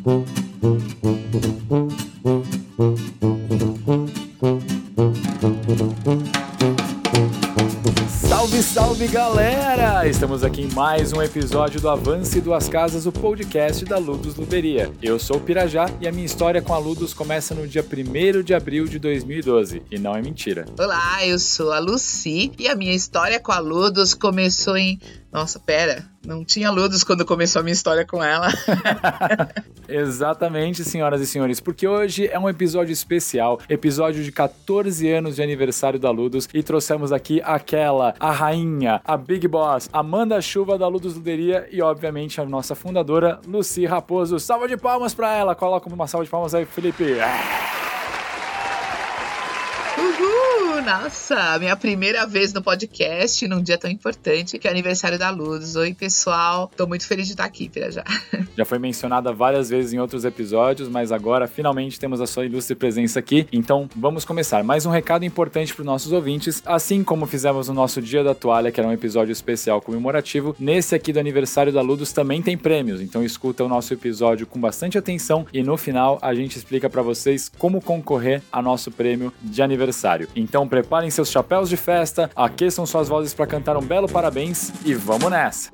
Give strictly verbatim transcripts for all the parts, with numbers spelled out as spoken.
Salve, salve, galera! Estamos aqui em mais um episódio do Avance Duas Casas, o podcast da Ludus Luderia. Eu sou o Pirajá e a minha história com a Ludus começa no dia primeiro de abril de dois mil e doze, e não é mentira. Olá, eu sou a Lucy e a minha história com a Ludus começou em... Nossa, pera, não tinha Ludus quando começou a minha história com ela. Exatamente, senhoras e senhores, porque hoje é um episódio especial, episódio de catorze anos de aniversário da Ludus, e trouxemos aqui aquela, a rainha, a Big Boss, a manda-chuva da Ludus Luderia e, obviamente, a nossa fundadora, Lucy Raposo. Salva de palmas pra ela! Coloca uma salva de palmas aí, Felipe! Uhul! Nossa, minha primeira vez no podcast, num dia tão importante, que é o aniversário da Ludus. Oi, pessoal. Tô muito feliz de estar aqui, Pirajá. Já foi mencionada várias vezes em outros episódios, mas agora, finalmente, temos a sua ilustre presença aqui. Então, vamos começar. Mais um recado importante para os nossos ouvintes. Assim como fizemos no nosso Dia da Toalha, que era um episódio especial comemorativo, nesse aqui do aniversário da Ludus também tem prêmios. Então, escuta o nosso episódio com bastante atenção e, no final, a gente explica para vocês como concorrer a nosso prêmio de aniversário. Então, preparem seus chapéus de festa, aqueçam suas vozes para cantar um belo parabéns e vamos nessa!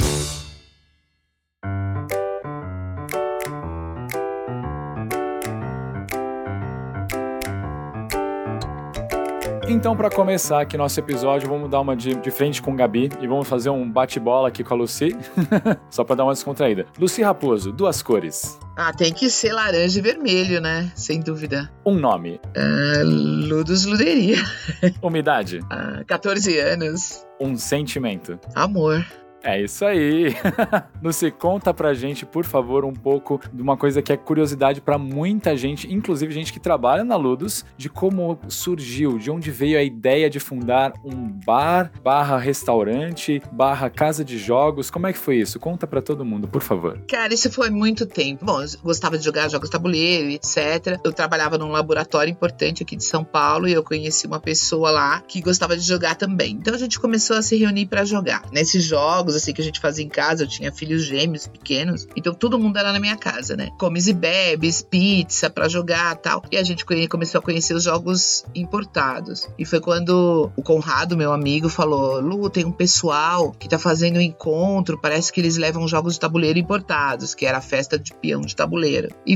Então, para começar aqui nosso episódio, vamos dar uma de, de frente com o Gabi e vamos fazer um bate-bola aqui com a Lucy, só para dar uma descontraída. Lucy Raposo, duas cores. Ah, tem que ser laranja e vermelho, né? Sem dúvida. Um nome. Uh, Ludus Luderia. Uma idade. Uh, catorze anos. Um sentimento. Amor. É isso aí. Lucy, conta pra gente, por favor, um pouco de uma coisa que é curiosidade pra muita gente, inclusive gente que trabalha na Ludus, de como surgiu, de onde veio a ideia de fundar um bar, barra restaurante, barra casa de jogos. Como é que foi isso? Conta pra todo mundo, por favor. Cara, isso foi muito tempo. Bom, eu gostava de jogar jogos de tabuleiro, etcétera. Eu trabalhava num laboratório importante aqui de São Paulo e eu conheci uma pessoa lá que gostava de jogar também. Então a gente começou a se reunir pra jogar. Nesses jogos, assim, que a gente fazia em casa, eu tinha filhos gêmeos pequenos, então todo mundo era na minha casa, né? Comes e bebes, pizza pra jogar e tal. E a gente começou a conhecer os jogos importados. E foi quando o Conrado, meu amigo, falou: Lu, tem um pessoal que tá fazendo um encontro, parece que eles levam jogos de tabuleiro importados, que era a festa de peão de tabuleiro. E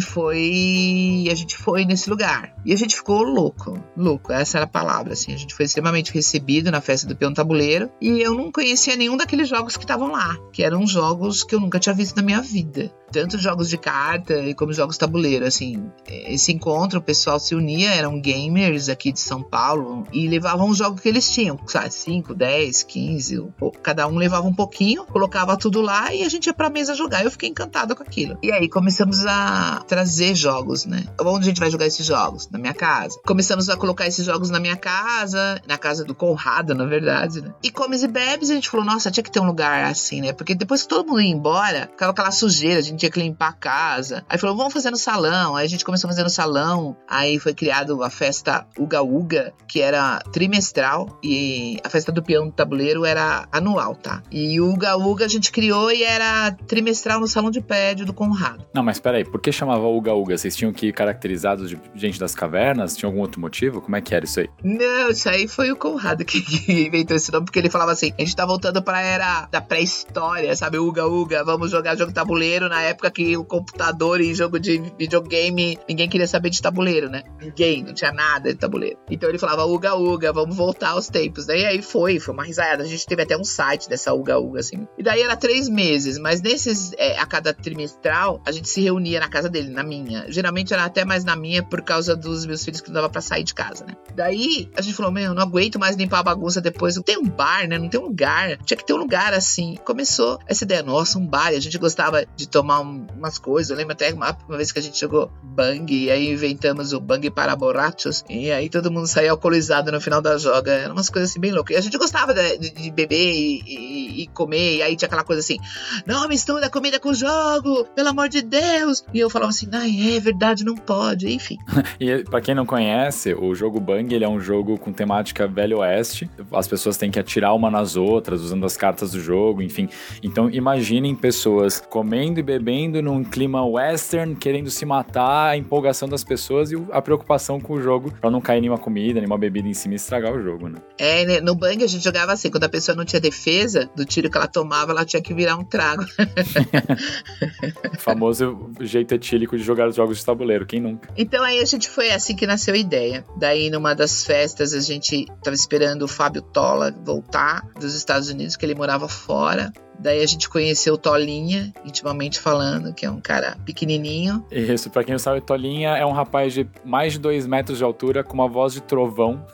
foi... a gente foi nesse lugar. E a gente ficou louco, louco, essa era a palavra, assim. A gente foi extremamente recebido na festa do peão de tabuleiro e eu não conhecia nenhum daqueles jogos que estavam lá, que eram jogos que eu nunca tinha visto na minha vida. Tanto jogos de carta como jogos tabuleiro, assim. Esse encontro, o pessoal se unia, eram gamers aqui de São Paulo e levavam os jogos que eles tinham, sabe, cinco, dez, quinze, cada um levava um pouquinho, colocava tudo lá e a gente ia pra mesa jogar. Eu fiquei encantada com aquilo. E aí começamos a trazer jogos, né? Onde a gente vai jogar esses jogos? Na minha casa. Começamos a colocar esses jogos na minha casa, na casa do Conrado, na verdade, né? E comes e bebes, a gente falou, nossa, tinha que ter um lugar assim, né? Porque depois que todo mundo ia embora, ficava aquela sujeira, a gente tinha que limpar a casa. Aí falou, vamos fazer no salão. Aí a gente começou a fazer no salão. Aí foi criado a festa Uga Uga, que era trimestral, e a festa do peão do tabuleiro era anual, tá? E o Uga Uga a gente criou e era trimestral no salão de prédio do Conrado. Não, mas peraí, por que chamava Uga Uga? Vocês tinham que ir caracterizados de gente das cavernas? Tinha algum outro motivo? Como é que era isso aí? Não, isso aí foi o Conrado que, que inventou esse nome, porque ele falava assim, a gente tá voltando pra era da pré-história, sabe? Uga Uga, vamos jogar jogo de tabuleiro na época que o computador e jogo de videogame, ninguém queria saber de tabuleiro, né? Ninguém, não tinha nada de tabuleiro. Então ele falava Uga Uga, vamos voltar aos tempos. Daí aí foi, foi uma risada. A gente teve até um site dessa Uga Uga, assim. E daí era três meses, mas nesses, é, a cada trimestral, a gente se reunia na casa dele, na minha. Geralmente era até mais na minha por causa dos meus filhos que não dava pra sair de casa, né? Daí a gente falou, meu, não aguento mais limpar a bagunça depois. Não tem um bar, né? Não tem um lugar. Tinha que ter um lugar assim. Começou essa ideia, nossa, um bar. E a gente gostava de tomar um, umas coisas. Eu lembro até uma, uma vez que a gente jogou Bang, e aí inventamos o Bang para borrachos. E aí todo mundo saía alcoolizado no final da joga. Eram umas coisas assim bem loucas. E a gente gostava de, de, de beber e, e, e comer. E aí tinha aquela coisa assim, não mistura comida com jogo, pelo amor de Deus. E eu falava assim, ah, é verdade, não pode. Enfim. E pra quem não conhece, o jogo Bang, ele é um jogo com temática Velho Oeste. As pessoas têm que atirar uma nas outras, usando as cartas do jogo. jogo, enfim. Então imaginem pessoas comendo e bebendo num clima western, querendo se matar, a empolgação das pessoas e a preocupação com o jogo pra não cair nenhuma comida, nenhuma bebida em cima e estragar o jogo, né? É, né? No Bang a gente jogava assim, quando a pessoa não tinha defesa, do tiro que ela tomava, ela tinha que virar um trago. O famoso jeito etílico de jogar os jogos de tabuleiro, quem nunca? Então aí a gente foi assim que nasceu a ideia. Daí numa das festas a gente tava esperando o Fábio Tola voltar dos Estados Unidos, que ele morava fora. Daí a gente conheceu o Tolinha, intimamente falando, que é um cara pequenininho. Isso, pra quem não sabe, o Tolinha é um rapaz de mais de dois metros de altura, com uma voz de trovão.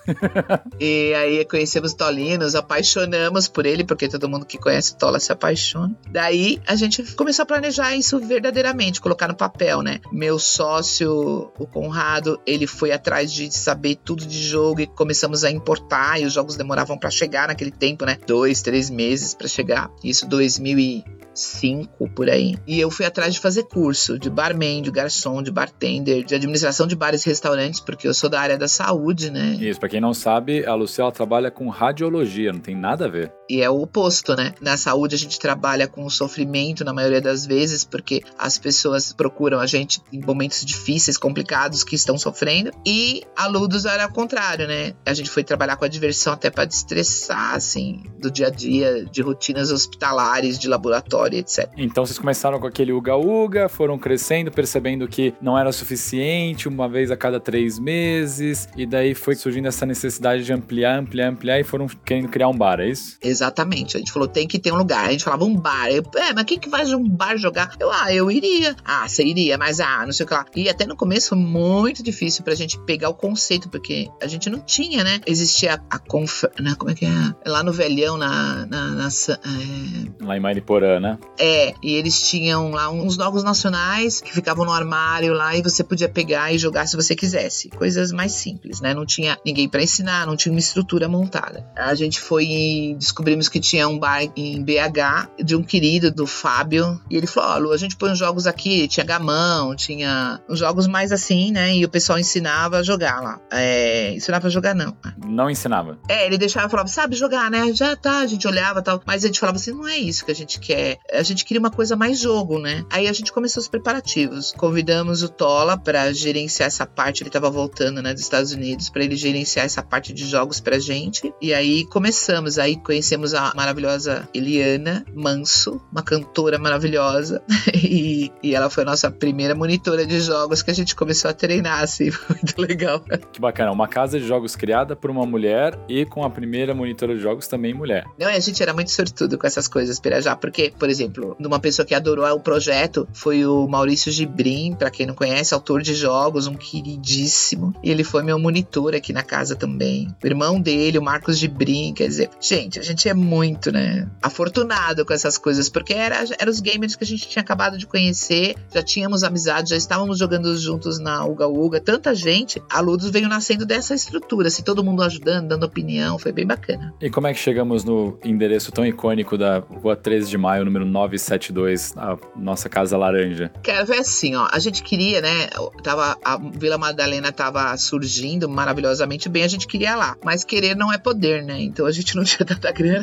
E aí conhecemos o Tolinha, nos apaixonamos por ele, porque todo mundo que conhece o Tola se apaixona. Daí a gente começou a planejar isso verdadeiramente, colocar no papel, né? Meu sócio, o Conrado, ele foi atrás de saber tudo de jogo e começamos a importar, e os jogos demoravam pra chegar naquele tempo, né? Dois, três meses pra chegar. Isso dois mil e cinco, por aí. E eu fui atrás de fazer curso de barman, de garçom, de bartender, de administração de bares e restaurantes, porque eu sou da área da saúde, né? Isso, pra quem não sabe, a Luciela trabalha com radiologia, não tem nada a ver. E é o oposto, né? Na saúde a gente trabalha com o sofrimento na maioria das vezes, porque as pessoas procuram a gente em momentos difíceis, complicados, que estão sofrendo. E a Ludus era o contrário, né? A gente foi trabalhar com a diversão até pra destressar, assim, do dia a dia, de rotinas hospitalares, de laboratório, etcétera. Então vocês começaram com aquele uga-uga, foram crescendo, percebendo que não era suficiente, uma vez a cada três meses, e daí foi surgindo essa necessidade de ampliar, ampliar, ampliar, e foram querendo criar um bar, é isso? Exatamente. A gente falou, tem que ter um lugar. A gente falava, um bar. Eu, é, mas quem que vai de um bar jogar? Eu, ah, eu iria. Ah, você iria, mas ah, não sei o que lá. E até no começo foi muito difícil pra gente pegar o conceito, porque a gente não tinha, né? Existia a, a conf... Né? Como é que é? Lá no Velhão, na... na, na é... Lá em Mariporã, né? É, e eles tinham lá uns jogos nacionais que ficavam no armário lá e você podia pegar e jogar se você quisesse. Coisas mais simples, né? Não tinha ninguém pra ensinar, não tinha uma estrutura montada. A gente foi e descobrimos que tinha um bar em B H de um querido, do Fábio, e ele falou, ó, Lu, a gente põe uns jogos aqui, tinha gamão, tinha uns jogos mais assim, né? E o pessoal ensinava a jogar lá. É, ensinava a jogar não. Não ensinava? É, ele deixava, falava, sabe jogar, né? Já tá, a gente olhava e tal, mas a gente falava assim, não é isso que a gente quer. A gente queria uma coisa mais jogo, né? Aí a gente começou os preparativos. Convidamos o Tola pra gerenciar essa parte. Ele tava voltando, né, dos Estados Unidos, pra ele gerenciar essa parte de jogos pra gente. E aí começamos. Aí conhecemos a maravilhosa Eliana Manso, uma cantora maravilhosa. e, e ela foi a nossa primeira monitora de jogos que a gente começou a treinar, assim. Muito legal. Que bacana. Uma casa de jogos criada por uma mulher e com a primeira monitora de jogos também mulher. Não, e a gente era muito sortudo com essas coisas, Pirajá, porque, por exemplo, uma pessoa que adorou o projeto foi o Maurício Gibrim, pra quem não conhece, autor de jogos, um queridíssimo. E ele foi meu monitor aqui na casa também. O irmão dele, o Marcos Gibrim, quer dizer, gente, a gente é muito, né, afortunado com essas coisas, porque era, era os gamers que a gente tinha acabado de conhecer, já tínhamos amizade, já estávamos jogando juntos na Uga Uga, tanta gente. A Ludus veio nascendo dessa estrutura, assim, todo mundo ajudando, dando opinião, foi bem bacana. E como é que chegamos no endereço tão icônico da Rua treze de Maio, número novecentos e setenta e dois, a nossa Casa Laranja? Cara, foi assim, ó, a gente queria, né, tava, a Vila Madalena tava surgindo maravilhosamente bem, a gente queria lá, mas querer não é poder, né, então a gente não tinha tanta grana.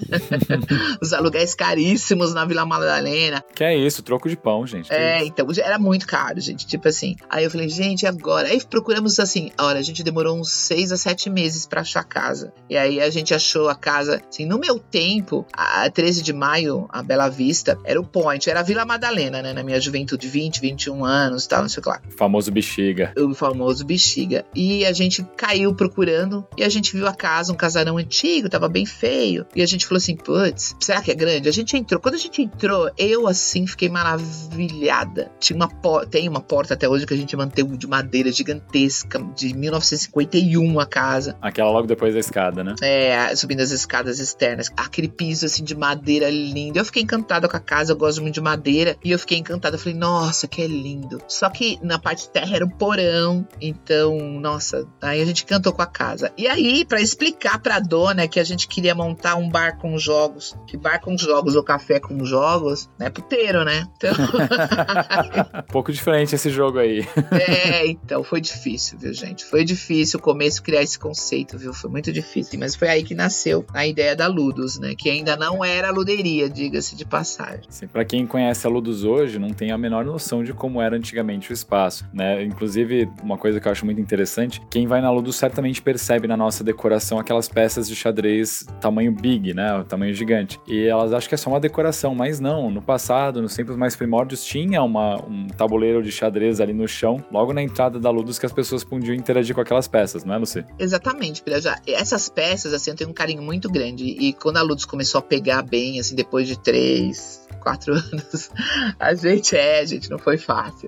Os aluguéis caríssimos na Vila Madalena. Que é isso, troco de pão, gente. É, isso. Então, era muito caro, gente, tipo assim. Aí eu falei, gente, agora? Aí procuramos assim, olha, a gente demorou uns seis a sete meses pra achar a casa. E aí a gente achou a casa, assim, no meu tempo, a treze de maio, a Bela Vista, era o point, era a Vila Madalena, né, na minha juventude, vinte, vinte e um anos, tal, não sei o que lá. O famoso bexiga. O famoso bexiga. E a gente caiu procurando, e a gente viu a casa, um casarão antigo, tava bem feio. E a gente falou assim, putz, será que é grande? A gente entrou, quando a gente entrou, eu assim fiquei maravilhada. Tinha uma porta, tem uma porta até hoje que a gente manteve de madeira gigantesca, de mil novecentos e cinquenta e um a casa. Aquela logo depois da escada, né? É, subindo as escadas externas. Aquele piso assim de madeira lindo. Eu fiquei encantada com com a casa, eu gosto muito de madeira. E eu fiquei encantada, eu falei, nossa, que é lindo. Só que na parte de terra era um porão, então, nossa, aí a gente encantou com a casa. E aí, pra explicar pra dona que a gente queria montar um bar com jogos, que bar com jogos ou café com jogos, é puteiro, né? Então... um pouco diferente esse jogo aí. É, então, foi difícil, viu, gente? Foi difícil o começo criar esse conceito, viu? Foi muito difícil, mas foi aí que nasceu a ideia da Ludus, né? Que ainda não era luderia, diga-se de passagem. Sim, pra quem conhece a Ludus hoje, não tem a menor noção de como era antigamente o espaço, né? Inclusive, uma coisa que eu acho muito interessante, quem vai na Ludus certamente percebe na nossa decoração aquelas peças de xadrez tamanho big, né? O tamanho gigante. E elas acham que é só uma decoração, mas não. No passado, nos tempos mais primórdios, tinha uma, um tabuleiro de xadrez ali no chão, logo na entrada da Ludus, que as pessoas podiam interagir com aquelas peças, não é, Lucy? Exatamente, já essas peças, assim, eu tenho um carinho muito grande. E quando a Ludus começou a pegar bem, assim, depois de três... quatro anos, a gente é, a gente não foi fácil.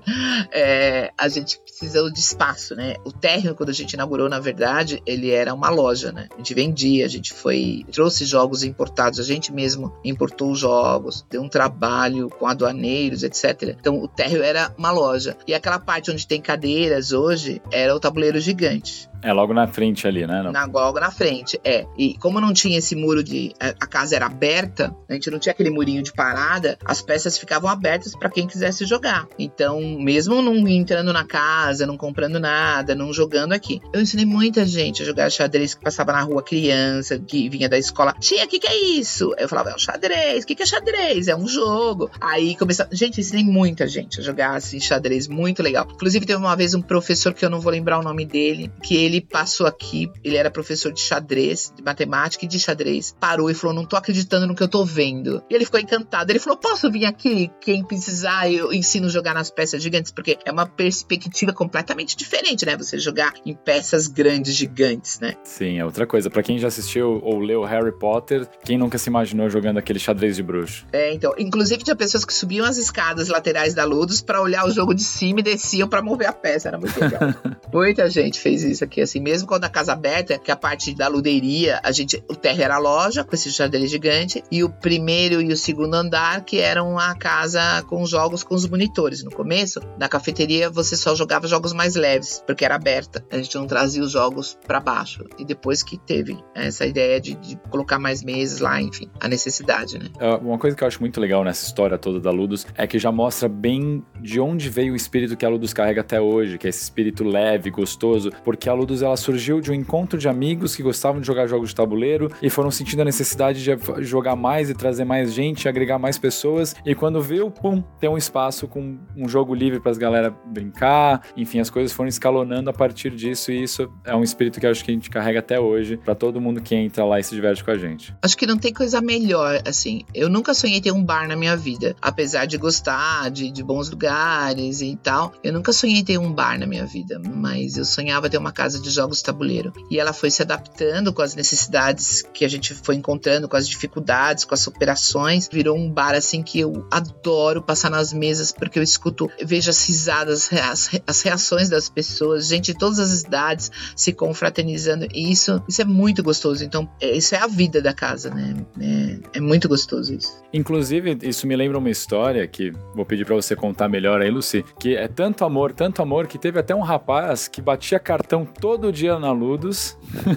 É, a gente precisou de espaço, né? O térreo, quando a gente inaugurou, na verdade, ele era uma loja, né? A gente vendia, a gente foi, trouxe jogos importados, a gente mesmo importou jogos, deu um trabalho com aduaneiros, etcétera. Então, o térreo era uma loja. E aquela parte onde tem cadeiras hoje, era o tabuleiro gigante. É logo na frente ali, né? Na, logo na frente, é. E como não tinha esse muro de... A, a casa era aberta, a gente não tinha aquele murinho de parada, as peças ficavam abertas para quem quisesse jogar. Então, mesmo não entrando na casa, não comprando nada, não jogando aqui. Eu ensinei muita gente a jogar xadrez, que passava na rua, criança, que vinha da escola. Tia, o que, que é isso? Eu falava, é um xadrez. O que, que é xadrez? É um jogo. Aí começava... Gente, eu ensinei muita gente a jogar, assim, xadrez. Muito legal. Inclusive, teve uma vez um professor, que eu não vou lembrar o nome dele, que ele Ele passou aqui, ele era professor de xadrez, de matemática e de xadrez, parou e falou, não tô acreditando no que eu tô vendo. E ele ficou encantado, ele falou, posso vir aqui? Quem precisar, eu ensino a jogar nas peças gigantes, porque é uma perspectiva completamente diferente, né? Você jogar em peças grandes, gigantes, né? Sim, é outra coisa. Pra quem já assistiu ou leu Harry Potter, quem nunca se imaginou jogando aquele xadrez de bruxo? É, então, inclusive tinha pessoas que subiam as escadas laterais da Ludus pra olhar o jogo de cima e desciam pra mover a peça, era muito legal. Muita gente fez isso aqui, assim, mesmo quando a casa aberta, que a parte da luderia, a gente, o térreo era a loja, com esse xadrez gigante, e o primeiro e o segundo andar, que eram a casa com jogos com os monitores. No começo, na cafeteria, você só jogava jogos mais leves, porque era aberta, a gente não trazia os jogos pra baixo, e depois que teve essa ideia de, de colocar mais mesas lá, enfim, a necessidade, né? Uma coisa que eu acho muito legal nessa história toda da Ludus é que já mostra bem de onde veio o espírito que a Ludus carrega até hoje, que é esse espírito leve, gostoso, porque a Ludus, ela surgiu de um encontro de amigos que gostavam de jogar jogos de tabuleiro e foram sentindo a necessidade de jogar mais e trazer mais gente, agregar mais pessoas, e quando viu, pum, tem um espaço com um jogo livre para as galera brincar, enfim, as coisas foram escalonando a partir disso, e isso é um espírito que eu acho que a gente carrega até hoje, para todo mundo que entra lá e se diverte com a gente. Acho que não tem coisa melhor, assim, eu nunca sonhei ter um bar na minha vida, apesar de gostar de, de bons lugares e tal, eu nunca sonhei ter um bar na minha vida, mas eu sonhava ter uma casa de jogos de tabuleiro. E ela foi se adaptando com as necessidades que a gente foi encontrando, com as dificuldades, com as superações. Virou um bar, assim, que eu adoro passar nas mesas, porque eu escuto, vejo as risadas, as, as reações das pessoas, gente de todas as idades se confraternizando. E isso, isso é muito gostoso. Então, é, isso é a vida da casa, né? É, é muito gostoso isso. Inclusive, isso me lembra uma história que vou pedir pra você contar melhor aí, Lucy, que é tanto amor, tanto amor, que teve até um rapaz que batia cartão todo dia na Ludus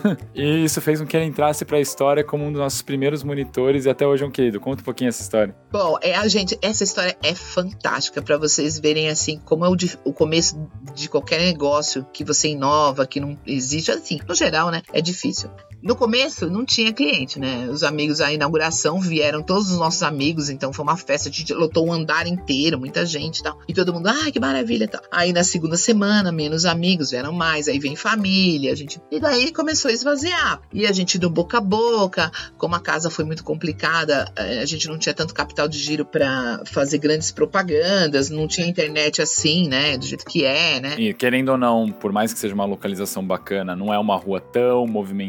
e isso fez com que ele entrasse pra história como um dos nossos primeiros monitores e até hoje é um querido. Conta um pouquinho essa história. Bom, é, a gente, essa história é fantástica pra vocês verem, assim, como é o, o começo de qualquer negócio que você inova, que não existe, assim, no geral, né, é difícil. No começo não tinha cliente, né? Os amigos, a inauguração, vieram todos os nossos amigos, então foi uma festa, a gente lotou um andar inteiro, muita gente e tal. E todo mundo, ai, que maravilha e tal. Aí na segunda semana, menos amigos, vieram mais, aí vem família, a gente... E daí começou a esvaziar. E a gente do boca a boca, como a casa foi muito complicada, a gente não tinha tanto capital de giro pra fazer grandes propagandas, não tinha internet assim, né? Do jeito que é, né? E querendo ou não, por mais que seja uma localização bacana, não é uma rua tão movimentada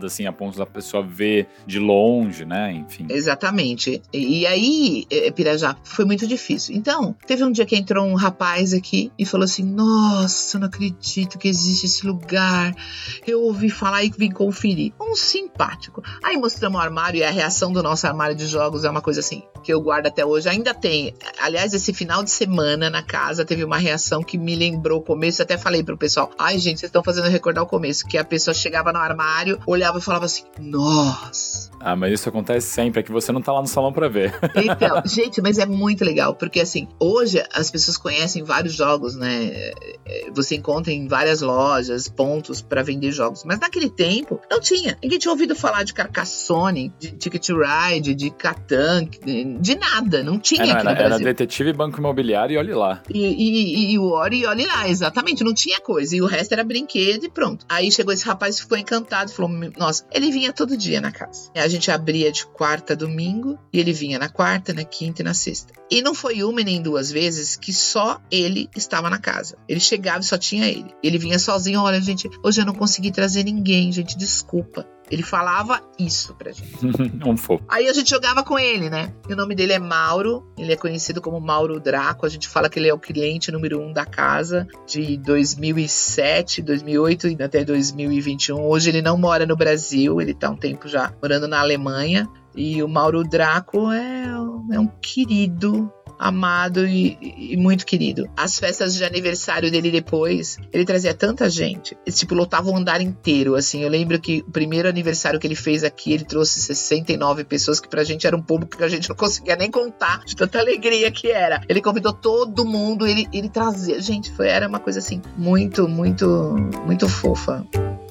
fechada, assim, a ponto da pessoa ver de longe, né? Enfim. Exatamente. E, e aí, Pirajá, foi muito difícil. Então, teve um dia que entrou um rapaz aqui e falou assim, nossa, não acredito que existe esse lugar. Eu ouvi falar e vim conferir. Um simpático. Aí mostramos o armário e a reação do nosso armário de jogos é uma coisa assim, que eu guardo até hoje. Ainda tem. Aliás, esse final de semana na casa teve uma reação que me lembrou o começo. Até falei pro pessoal, ai gente, vocês estão fazendo recordar o começo. Que a pessoa chegava no armário, olhava e falava assim, nossa. Ah, mas isso acontece sempre, é que você não tá lá no salão pra ver. Então, gente, mas é muito legal, porque assim, hoje as pessoas conhecem vários jogos, né? Você encontra em várias lojas, pontos pra vender jogos, mas naquele tempo não tinha. Ninguém tinha ouvido falar de Carcassonne, de Ticket Ride, de Catan, de nada, não tinha é, não, aqui no era, Brasil. Era Detetive Banco Imobiliário e olhe lá. E, e, e o Ori, e olhe lá, exatamente, não tinha coisa, e o resto era brinquedo e pronto. Aí chegou esse rapaz e ficou encantado, falou, nossa, ele vinha todo dia na casa. A gente abria de quarta a domingo, e ele vinha na quarta, na quinta e na sexta. E não foi uma nem duas vezes que só ele estava na casa. Ele chegava e só tinha ele. Ele vinha sozinho, olha, gente, hoje eu não consegui trazer ninguém, gente, desculpa. Ele falava isso pra gente. Um fofo. Aí a gente jogava com ele, né? E o nome dele é Mauro. Ele é conhecido como Mauro Draco. A gente fala que ele é o cliente número um da casa de dois mil e sete, dois mil e oito e até dois mil e vinte e um. Hoje ele não mora no Brasil. Ele tá um tempo já morando na Alemanha. E o Mauro Draco é, é um querido, amado e, e muito querido. As festas de aniversário dele depois, ele trazia tanta gente. Ele, tipo, lotava o andar inteiro, assim. Eu lembro que o primeiro aniversário que ele fez aqui, ele trouxe sessenta e nove pessoas, que pra gente era um público que a gente não conseguia nem contar, de tanta alegria que era. Ele convidou todo mundo, ele, ele trazia... Gente, foi, era uma coisa, assim, muito, muito, muito fofa.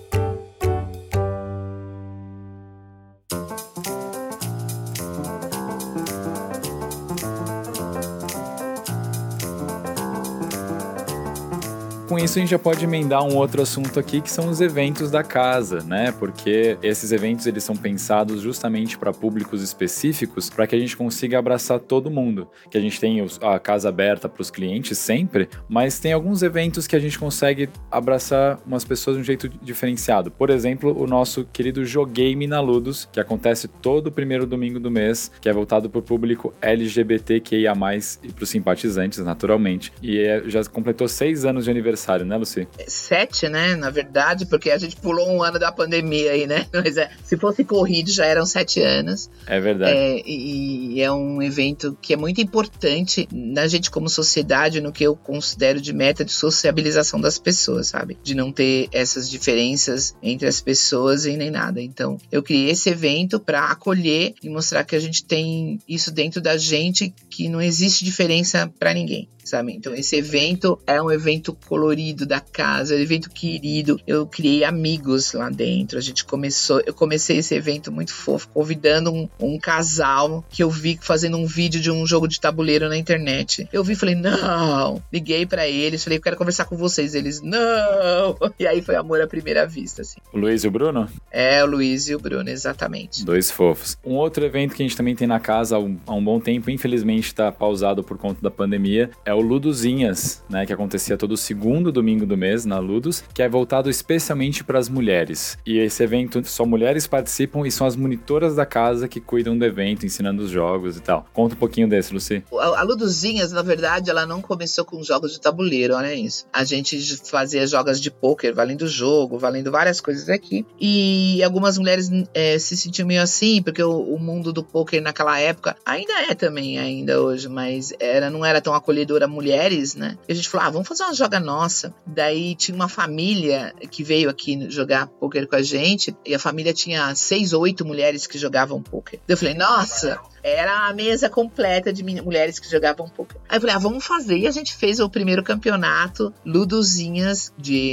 Com isso a gente já pode emendar um outro assunto aqui, que são os eventos da casa, né? Porque esses eventos eles são pensados justamente para públicos específicos, para que a gente consiga abraçar todo mundo. Que a gente tem a casa aberta para os clientes sempre, mas tem alguns eventos que a gente consegue abraçar umas pessoas de um jeito diferenciado. Por exemplo, o nosso querido Jogame na Ludus, que acontece todo primeiro domingo do mês, que é voltado para o público L G B T Q I A mais, e para os simpatizantes, naturalmente. E é, já completou seis anos de aniversário, né, Lucy? Sete, né, na verdade, porque a gente pulou um ano da pandemia aí, né? Mas é, se fosse corrido, já eram sete anos. É verdade. É, e é um evento que é muito importante na gente como sociedade, no que eu considero de meta de sociabilização das pessoas, sabe? De não ter essas diferenças entre as pessoas e nem nada. Então, eu criei esse evento para acolher e mostrar que a gente tem isso dentro da gente, que não existe diferença para ninguém, sabe? Então, esse evento é um evento colorido da casa, é um evento querido. Eu criei amigos lá dentro. A gente começou, eu comecei esse evento muito fofo, convidando um, um casal que eu vi fazendo um vídeo de um jogo de tabuleiro na internet. Eu vi e falei, não! Liguei pra eles, falei, eu quero conversar com vocês. Eles, não! E aí foi amor à primeira vista, assim. O Luiz e o Bruno? É, o Luiz e o Bruno, exatamente. Dois fofos. Um outro evento que a gente também tem na casa há um, há um bom tempo, infelizmente tá pausado por conta da pandemia, é o Luduzinhas, né? Que acontecia todo segundo domingo do mês na Ludus, que é voltado especialmente para as mulheres. E esse evento, só mulheres participam e são as monitoras da casa que cuidam do evento, ensinando os jogos e tal. Conta um pouquinho desse, Lucy. A, a Luduzinhas, na verdade, ela não começou com jogos de tabuleiro, olha isso. A gente fazia jogos de pôquer, valendo jogo, valendo várias coisas aqui. E algumas mulheres é, se sentiam meio assim, porque o, o mundo do pôquer naquela época, ainda é também, ainda hoje, mas era, não era tão acolhedor a mulheres, né? E a gente falou, ah, vamos fazer uma joga nossa. Daí tinha uma família que veio aqui jogar pôquer com a gente, e a família tinha seis ou oito mulheres que jogavam pôquer. Eu falei, nossa, era a mesa completa de mulheres que jogavam pôquer. Aí eu falei, ah, vamos fazer. E a gente fez o primeiro campeonato Luduzinhas,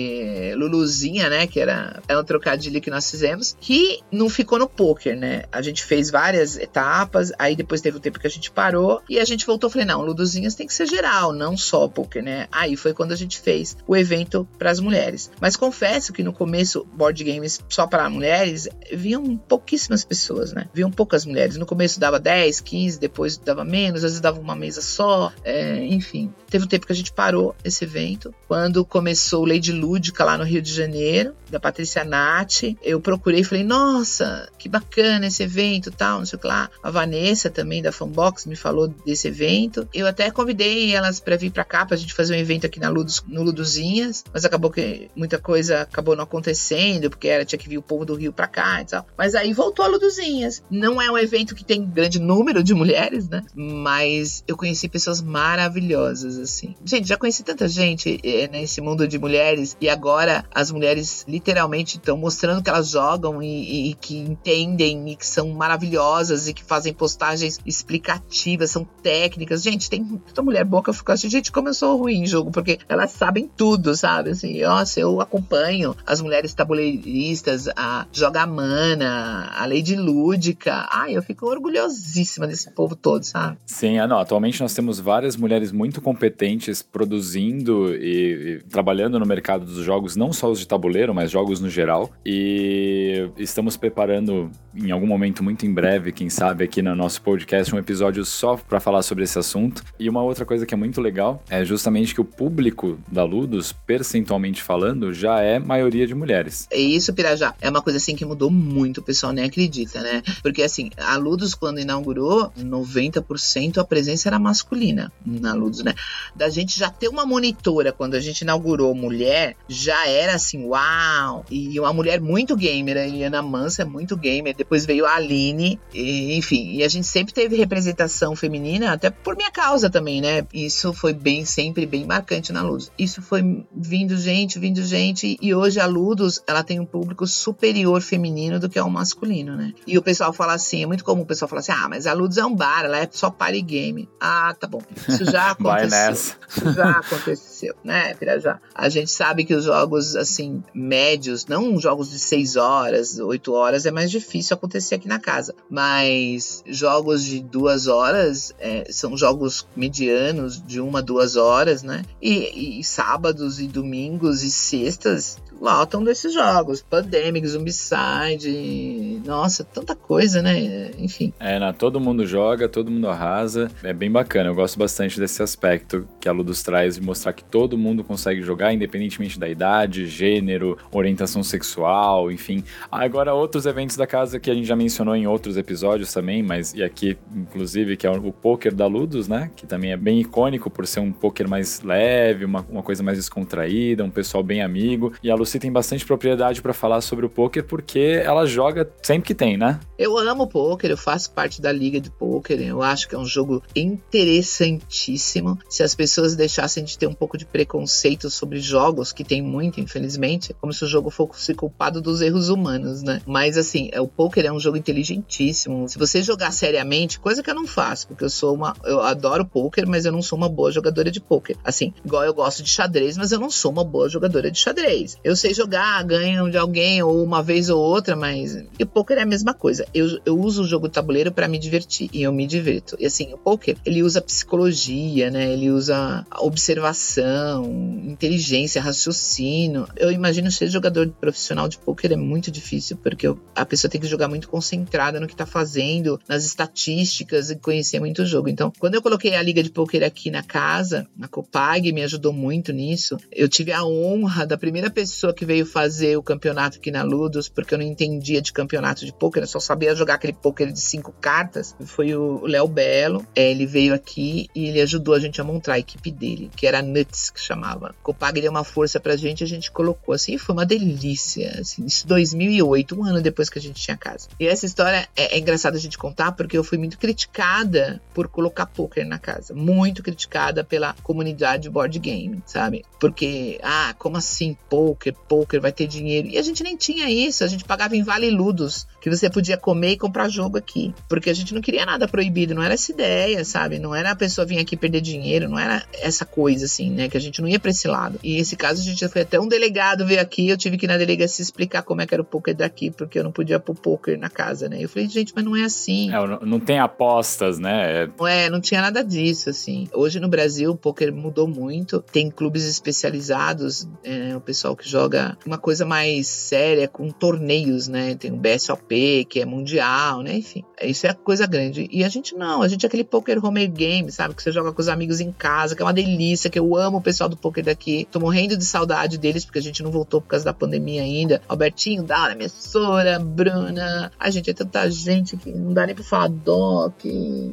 de Luluzinha, né, que era, era um trocadilho que nós fizemos, que não ficou no pôquer, né. A gente fez várias etapas, aí depois teve um tempo que a gente parou, e a gente voltou, falei, não, Luduzinhas tem que ser geral, não só pôquer, né. Aí foi quando a gente fez o evento para as mulheres. Mas confesso que no começo, board games só para mulheres, viam pouquíssimas pessoas, né, viam poucas mulheres. No começo dava dez, dez, quinze, depois dava menos, às vezes dava uma mesa só, é, enfim. Teve um tempo que a gente parou esse evento. Quando começou o Lady Lúdica lá no Rio de Janeiro, da Patrícia Nati, eu procurei e falei, nossa, que bacana esse evento e tal, não sei o que lá. A Vanessa também, da Fanbox, me falou desse evento. Eu até convidei elas para vir para cá, pra gente fazer um evento aqui na Ludus, no Luduzinhas, mas acabou que muita coisa acabou não acontecendo, porque era, tinha que vir o povo do Rio para cá e tal. Mas aí voltou a Luduzinhas. Não é um evento que tem grande número de mulheres, né? Mas eu conheci pessoas maravilhosas, assim. Gente, já conheci tanta gente é, nesse mundo de mulheres, e agora as mulheres literalmente estão mostrando que elas jogam e, e, e que entendem e que são maravilhosas e que fazem postagens explicativas, são técnicas. Gente, tem muita mulher boa que eu fico assim, gente, como eu sou ruim em jogo, porque elas sabem tudo, sabe? Assim, nossa, eu acompanho as mulheres tabuleiristas, a Joga Mana, a Lady Lúdica. Ai, eu fico orgulhosíssima desse povo todo, sabe? Sim, ah, não, atualmente nós temos várias mulheres muito competentes produzindo e, e trabalhando no mercado dos jogos, não só os de tabuleiro, mas jogos no geral. E estamos preparando em algum momento muito em breve, quem sabe aqui no nosso podcast, um episódio só para falar sobre esse assunto. E uma outra coisa que é muito legal é justamente que o público da Ludus, percentualmente falando, já é maioria de mulheres. É isso, Pirajá. É uma coisa assim que mudou muito, o pessoal nem acredita, né? Porque assim, a Ludus quando inaugurou, noventa por cento a presença era masculina na Ludus, né? Da gente já ter uma monitora quando a gente inaugurou mulher, já era assim, uau! E uma mulher muito gamer, a Eliana Mansa é muito gamer, depois veio a Aline, e, enfim, e a gente sempre teve representação feminina, até por minha causa também, né? Isso foi bem, sempre bem marcante na Ludus. Isso foi vindo gente, vindo gente, e hoje a Ludus, ela tem um público superior feminino do que é o masculino, né? E o pessoal fala assim, é muito comum o pessoal falar assim, ah, mas a Ludus é um bar, ela é só party game. Ah, tá bom. Isso já aconteceu. Vai nessa. Isso já aconteceu, né, Pirajá? A gente sabe que os jogos, assim, médios, não jogos de seis horas, oito horas, é mais difícil acontecer aqui na casa. Mas jogos de duas horas é, são jogos medianos, de uma, duas horas, né? E, e sábados e domingos e sextas lotam desses jogos. Pandemic, Zombicide, nossa, tanta coisa, né? Enfim. É, não, todo mundo joga, todo mundo arrasa. É bem bacana, eu gosto bastante desse aspecto que a Ludus traz, de mostrar que todo mundo consegue jogar, independentemente da idade, gênero, orientação sexual, enfim. Agora, outros eventos da casa que a gente já mencionou em outros episódios também, mas e aqui, inclusive, que é o poker da Ludus, né? Que também é bem icônico por ser um poker mais leve, uma, uma coisa mais descontraída, um pessoal bem amigo. E a Lucy tem bastante propriedade para falar sobre o poker porque ela joga sempre que tem, né? Eu amo poker, eu faço parte da liga de poker, eu acho que é um jogo interessantíssimo. Se as pessoas deixassem de ter um pouco de preconceito sobre jogos, que tem muito, infelizmente, como se o jogo fosse culpado dos erros humanos, né? Mas assim, o poker é um jogo inteligentíssimo. Se você jogar seriamente, coisa que eu não faço, porque eu sou uma, eu adoro poker, mas eu não sou uma boa jogadora de poker. Assim, igual eu gosto de xadrez, mas eu não sou uma boa jogadora de xadrez. Eu sei jogar, ganho de alguém ou uma vez ou outra, mas e o poker é a mesma coisa. Eu, eu uso o jogo de tabuleiro para me divertir e eu me divirto. E assim, o poker, ele usa psicologia, né? Ele usa observação, inteligência, raciocínio. Eu imagino ser jogador profissional de poker é muito difícil, porque eu, a pessoa tem que jogar muito concentrada no que tá fazendo, nas estatísticas e conhecer muito o jogo. Então, quando eu coloquei a liga de poker aqui na casa, a Copag me ajudou muito nisso. Eu tive a honra da primeira pessoa que veio fazer o campeonato aqui na Ludus, porque eu não entendia de campeonato de poker, eu só sabia jogar aquele poker de cinco cartas. Foi o Léo Belo, é, ele veio aqui e ele ajudou a gente a montar a equipe dele, que era Nuts, que chamava. A Copag deu uma força pra gente e a gente colocou assim, e foi uma delícia, assim, isso dois mil e oito, um ano depois que a gente tinha casa. E essa história é, é engraçada a gente contar, porque eu fui muito criticada por colocar poker na casa, muito criticada pela comunidade de board game, sabe? Porque, ah, como assim poker, poker vai ter dinheiro? E a gente nem tinha isso, a gente pagava em Vale Ludus, que você podia comer e comprar jogo aqui, porque a gente não queria nada proibido, não era essa ideia, sabe? Não era a pessoa vir aqui perder dinheiro, não era essa coisa assim, né? Que a gente não ia pra esse lado. E nesse caso a gente foi até um delegado veio aqui, eu tive que ir na delegacia explicar como é que era o poker daqui, porque eu não podia pôr poker na casa, né? Eu falei, gente, mas não é assim. É, não, não tem apostas, né? Não é, não tinha nada disso, assim. Hoje no Brasil o poker mudou muito, tem clubes especializados, é, o pessoal que joga uma coisa mais séria, com torneios, né? Tem o B S O P, que é mundial, né? Enfim, isso é coisa coisa grande. E a gente não, a gente é aquele poker home game, sabe? Que você joga com os amigos em casa, que é uma delícia, que eu amo o pessoal do poker daqui. Tô morrendo de saudade deles, porque a gente não voltou por causa da pandemia ainda. Albertinho, Dara, minha Sora, Bruna. A gente é tanta gente que não dá nem pra falar Doc.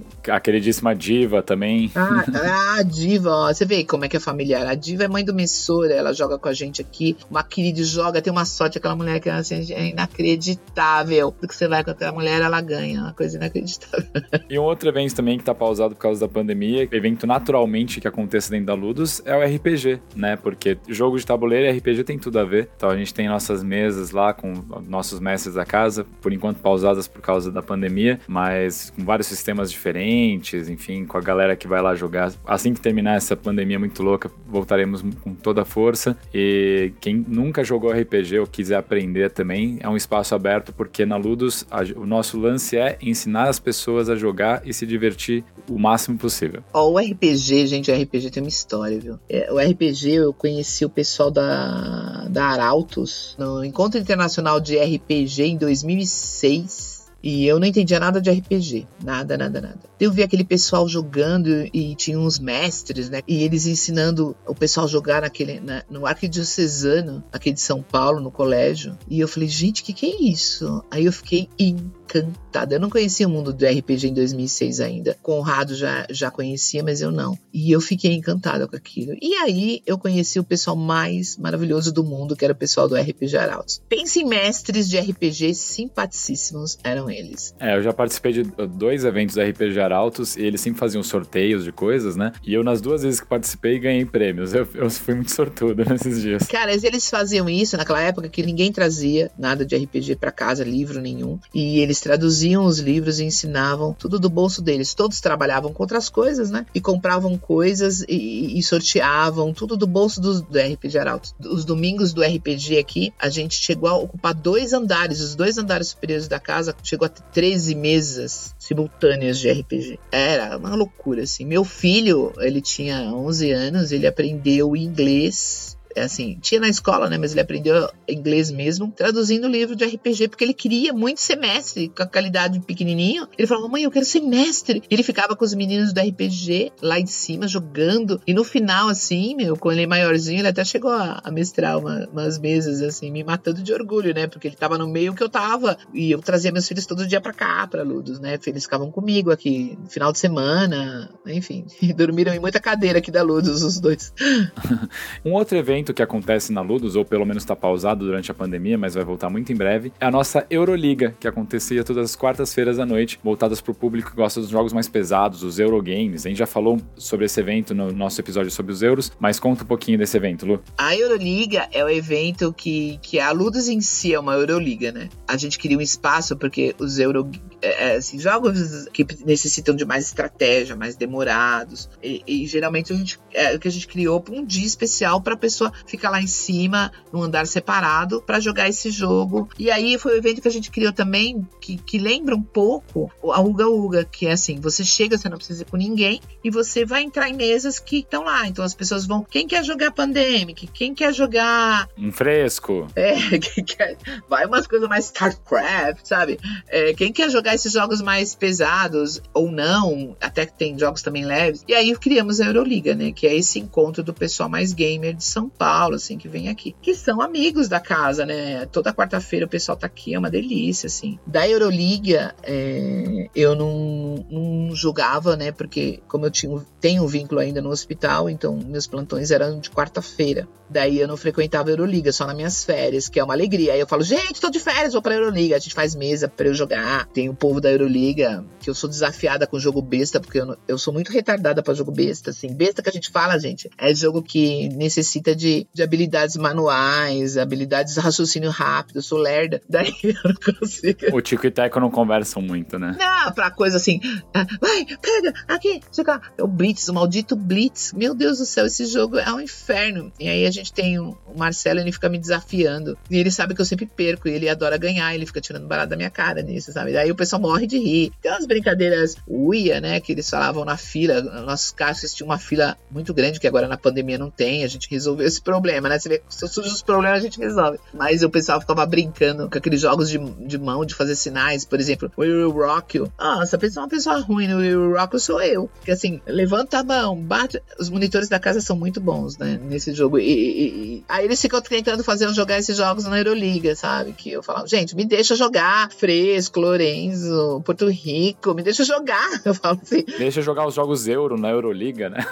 A queridíssima Diva também. Ah, a Diva, ó. Você vê como é que é familiar. A Diva é mãe do Messora, ela joga com a gente aqui. Uma querida joga, tem uma sorte, aquela mulher que assim, é inacreditável. Porque você vai com aquela mulher, ela ganha. Uma coisa inacreditável. E um outro evento também que tá pausado por causa da pandemia, evento naturalmente que acontece dentro da Ludus, é o R P G, né? Porque jogo de tabuleiro e R P G tem tudo a ver. Então a gente tem nossas mesas lá com nossos mestres da casa, por enquanto pausadas por causa da pandemia, mas com vários sistemas diferentes, enfim, com a galera que vai lá jogar. Assim que terminar essa pandemia muito louca, voltaremos com toda a força. E quem nunca jogou R P G ou quiser aprender também, é um espaço aberto, porque na Ludus a, o nosso lance é ensinar as pessoas a jogar e se divertir o máximo possível. Ó, o R P G, gente, o R P G tem uma história, viu? É, o R P G, eu conheci o pessoal da, da Arautos no Encontro Internacional de R P G em dois mil e seis. E eu não entendia nada de R P G. Nada, nada, nada. Eu vi aquele pessoal jogando e tinha uns mestres, né? E eles ensinando o pessoal a jogar naquele, na, no Arquidiocesano, aqui de São Paulo, no colégio. E eu falei, gente, o que, que é isso? Aí eu fiquei encantada. Eu não conhecia o mundo do R P G em dois mil e seis ainda. Conrado já, já conhecia, mas eu não. E eu fiquei encantada com aquilo. E aí eu conheci o pessoal mais maravilhoso do mundo, que era o pessoal do R P G Arautos. Pense em mestres de R P G simpaticíssimos, eram eles. É, eu já participei de dois eventos do R P G Arautos e eles sempre faziam sorteios de coisas, né? E eu, nas duas vezes que participei, ganhei prêmios. Eu, eu fui muito sortudo nesses dias. Cara, eles faziam isso naquela época que ninguém trazia nada de R P G pra casa, livro nenhum. E eles traduziam os livros e ensinavam tudo do bolso deles. Todos trabalhavam com outras coisas, né? E compravam coisas e, e sorteavam tudo do bolso do, do R P G Arautos. Os domingos do R P G aqui, a gente chegou a ocupar dois andares. Os dois andares superiores da casa chegou a ter treze mesas simultâneas de R P G. Era uma loucura, assim. Meu filho, ele tinha onze anos, ele aprendeu inglês. Assim, tinha na escola, né, mas ele aprendeu inglês mesmo, traduzindo o livro de R P G, porque ele queria muito ser mestre, com a qualidade pequenininho. Ele falava, mãe, eu quero ser mestre. Ele ficava com os meninos do R P G lá em cima, jogando, e no final, assim, meu, quando ele é maiorzinho, ele até chegou a, a mestrar uma, umas mesas, assim, me matando de orgulho, né, porque ele tava no meio que eu tava, e eu trazia meus filhos todo dia pra cá, pra Ludus, né, eles ficavam comigo aqui, no final de semana, enfim, dormiram em muita cadeira aqui da Ludus, os dois. Um outro evento que acontece na Ludus, ou pelo menos está pausado durante a pandemia, mas vai voltar muito em breve, é a nossa Euroliga, que acontecia todas as quartas-feiras à noite, voltadas para o público que gosta dos jogos mais pesados, os Eurogames. A gente já falou sobre esse evento no nosso episódio sobre os Euros, mas conta um pouquinho desse evento, Lu. A Euroliga é o evento que, que a Ludus em si é uma Euroliga, né? A gente queria um espaço porque os Euro, é, assim, jogos que necessitam de mais estratégia, mais demorados, e, e geralmente a gente, é o que a gente criou para um dia especial para a pessoa ficar lá em cima, num andar separado, para jogar esse jogo. E aí foi o evento que a gente criou também, que, que lembra um pouco a Uga Uga, que é assim, você chega, você não precisa ir com ninguém, e você vai entrar em mesas que estão lá. Então as pessoas vão, quem quer jogar Pandemic? Quem quer jogar... Um fresco. É, quem quer... vai umas coisas mais StarCraft, sabe? É, quem quer jogar esses jogos mais pesados, ou não, até que tem jogos também leves. E aí criamos a Euroliga, né? Que é esse encontro do pessoal mais gamer de São Paulo, assim, que vem aqui. Que são amigos da casa, né? Toda quarta-feira o pessoal tá aqui, é uma delícia, assim. Da Euroliga, é, eu não, não jogava, né? Porque como eu tinha, tenho um vínculo ainda no hospital, então meus plantões eram de quarta-feira. Daí eu não frequentava a Euroliga, só nas minhas férias, que é uma alegria. Aí eu falo, gente, tô de férias, vou pra Euroliga. A gente faz mesa pra eu jogar. Tem o povo da Euroliga, que eu sou desafiada com jogo besta, porque eu, não, eu sou muito retardada pra jogo besta, assim. Besta que a gente fala, gente, é jogo que necessita de, de habilidades manuais, habilidades de raciocínio rápido. Eu sou lerda, daí eu não consigo. O Tico e Teco não conversam muito, né? Não, pra coisa assim, vai, pega, aqui, chega. É o Blitz, o maldito Blitz. Meu Deus do céu, esse jogo é um inferno. E aí a gente tem o Marcelo, ele fica me desafiando. E ele sabe que eu sempre perco, e ele adora ganhar, ele fica tirando barato da minha cara nisso, sabe? Daí o pessoal pessoal morre de rir. Tem umas brincadeiras uia, né, que eles falavam na fila, nossos caixas tinham uma fila muito grande, que agora na pandemia não tem, a gente resolveu esse problema, né, você vê, se surgem os problemas a gente resolve. Mas o pessoal ficava brincando com aqueles jogos de, de mão, de fazer sinais, por exemplo, We Will Rock You. Ah, essa pessoa é uma pessoa ruim, no We Will Rock You sou eu. Porque assim, levanta a mão, bate. Os monitores da casa são muito bons, né, nesse jogo. E, e, e... aí eles ficam tentando fazer eu jogar esses jogos na Euroliga, sabe? Que eu falo, gente, me deixa jogar Fresco, Lourenço, Porto Rico, me deixa jogar. Eu falo assim. Deixa eu jogar os jogos Euro na Euroliga, né?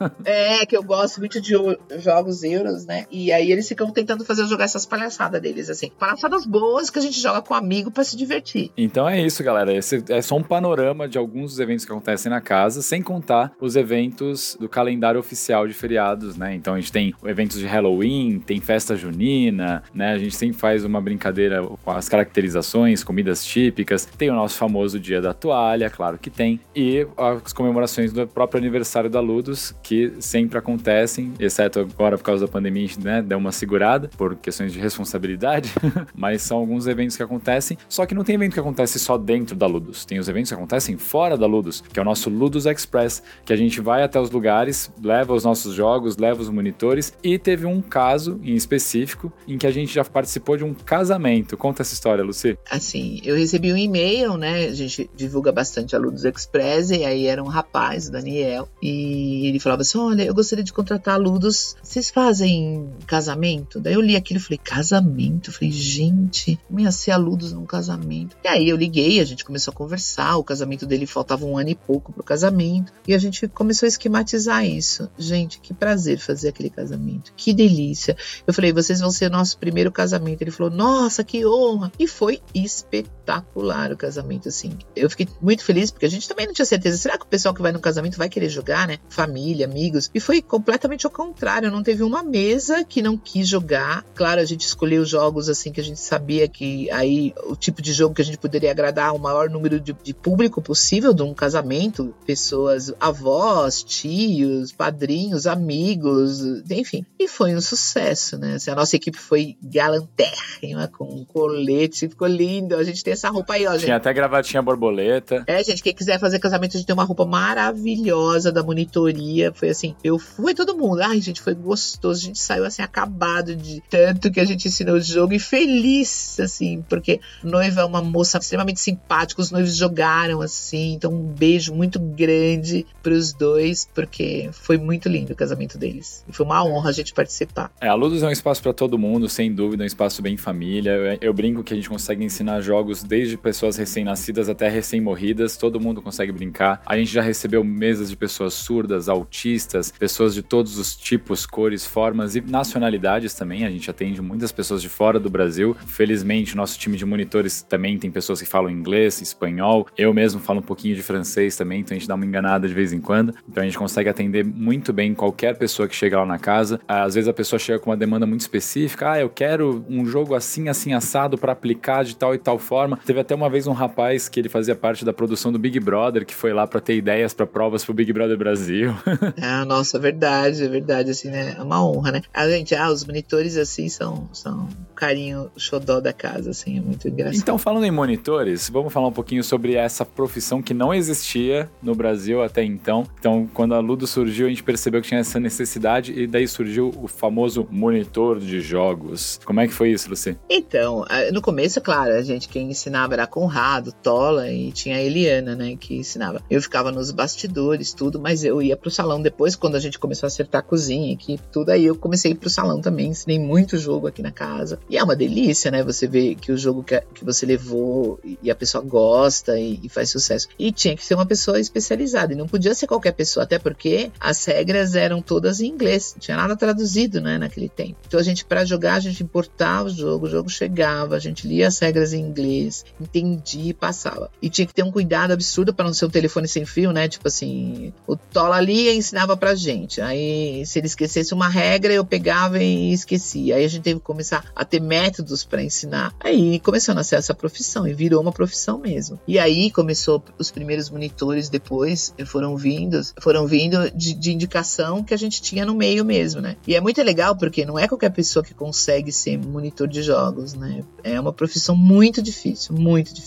É, que eu gosto muito de jogos Euros, né? E aí eles ficam tentando fazer eu jogar essas palhaçadas deles, assim. Palhaçadas boas que a gente joga com amigo pra se divertir. Então é isso, galera. Esse é só um panorama de alguns dos eventos que acontecem na casa, sem contar os eventos do calendário oficial de feriados, né? Então a gente tem eventos de Halloween, tem festa junina, né? A gente sempre faz uma brincadeira com as caracterizações, comidas típicas. Tem o nosso famoso dia da toalha, claro que tem. E as comemorações do próprio aniversário da Ludus, que sempre acontecem, exceto agora por causa da pandemia, a gente, né, deu uma segurada por questões de responsabilidade, mas são alguns eventos que acontecem. Só que não tem evento que acontece só dentro da Ludus. Tem os eventos que acontecem fora da Ludus, que é o nosso Ludus Express, que a gente vai até os lugares, leva os nossos jogos, leva os monitores. E teve um caso em específico em que a gente já participou de um casamento. Conta essa história, Lucy. Assim, eu recebi um e-mail, né? A gente divulga bastante a Ludus Express, e aí era um rapaz, o Daniel, e ele falava assim, olha, eu gostaria de contratar a Ludus, vocês fazem casamento? Daí eu li aquilo e falei, casamento? Eu falei, gente, como ia ser a Ludus num casamento? E aí eu liguei, a gente começou a conversar, o casamento dele faltava um ano e pouco pro casamento, e a gente começou a esquematizar isso. Gente, que prazer fazer aquele casamento, que delícia. Eu falei, vocês vão ser o nosso primeiro casamento. Ele falou, nossa, que honra. E foi espetacular o casamento, assim. Eu fiquei muito feliz, porque a gente também não tinha certeza, será que o pessoal que vai no casamento vai querer jogar, né? Família, amigos. E foi completamente ao contrário, não teve uma mesa que não quis jogar. Claro, a gente escolheu jogos, assim, que a gente sabia que aí o tipo de jogo que a gente poderia agradar o maior número de, de público possível de um casamento. Pessoas, avós, tios, padrinhos, amigos, enfim. E foi um sucesso, né? Assim, a nossa equipe foi galantérrima, com um colete, ficou lindo. A gente tem essa roupa aí, ó, gente. Tinha até gravatinha borboleta. É, gente, quem quiser fazer casamento, a gente tem uma roupa maravilhosa da monitoria. Foi assim, eu fui todo mundo. Ai, gente, foi gostoso. A gente saiu assim, acabado de tanto que a gente ensinou o jogo e feliz, assim, porque noiva é uma moça extremamente simpática, os noivos jogaram, assim, então um beijo muito grande pros dois, porque foi muito lindo o casamento deles. E foi uma honra a gente participar. É, a Ludus é um espaço para todo mundo, sem dúvida, um espaço bem família. Eu, eu brinco que a gente consegue ensinar jogos desde pessoas recém-nascidas até recém-morridas, todo mundo consegue brincar. A gente já recebeu mesas de pessoas surdas, autistas, pessoas de todos os tipos, cores, formas e nacionalidades também. A gente atende muitas pessoas de fora do Brasil. Felizmente, nosso time de monitores também tem pessoas que falam inglês, espanhol. Eu mesmo falo um pouquinho de francês também, então a gente dá uma enganada de vez em quando. Então a gente consegue atender muito bem qualquer pessoa que chega lá na casa. Às vezes a pessoa chega com uma demanda muito específica. Ah, eu quero um jogo assim, assim, assado para aplicar de tal e tal forma. Teve até uma vez um rapaz que ele fazia parte da produção do Big Brother, que foi lá para ter ideias para provas pro Big Brother Brasil. Ah, nossa, é verdade, é verdade, assim, né? É uma honra, né? A gente, ah, os monitores, assim, são, são um carinho xodó da casa, assim, é muito engraçado. Então, falando em monitores, vamos falar um pouquinho sobre essa profissão que não existia no Brasil até então. Então, quando a Ludus surgiu, a gente percebeu que tinha essa necessidade e daí surgiu o famoso monitor de jogos. Como é que foi isso, Lucy? Então, no começo, claro, a gente quem ensinava era Conrado, Tola e tinha a Eliana, né, que ensinava. Eu ficava nos bastidores, tudo, mas eu ia pro salão depois, quando a gente começou a acertar a cozinha, equipe, tudo, aí eu comecei a ir pro salão também, ensinei muito jogo aqui na casa. E é uma delícia, né, você ver que o jogo que, que você levou e a pessoa gosta e, e faz sucesso. E tinha que ser uma pessoa especializada, e não podia ser qualquer pessoa, até porque as regras eram todas em inglês, não tinha nada traduzido, né, naquele tempo. Então a gente, pra jogar, a gente importava o jogo, o jogo chegava, a gente lia as regras em inglês, entendia e passava. E tinha que ter um cuidado absurdo para não ser um telefone sem fio, né, tipo assim, o Tola ali ensinava pra gente, aí se ele esquecesse uma regra, eu pegava e esquecia. Aí a gente teve que começar a ter métodos para ensinar. Aí começou a nascer essa profissão e virou uma profissão mesmo. E aí começou os primeiros monitores, depois foram vindo, foram vindo de, de indicação que a gente tinha no meio mesmo, né? E é muito legal porque não é qualquer pessoa que consegue ser monitor de jogos, né? É uma profissão muito difícil, muito difícil.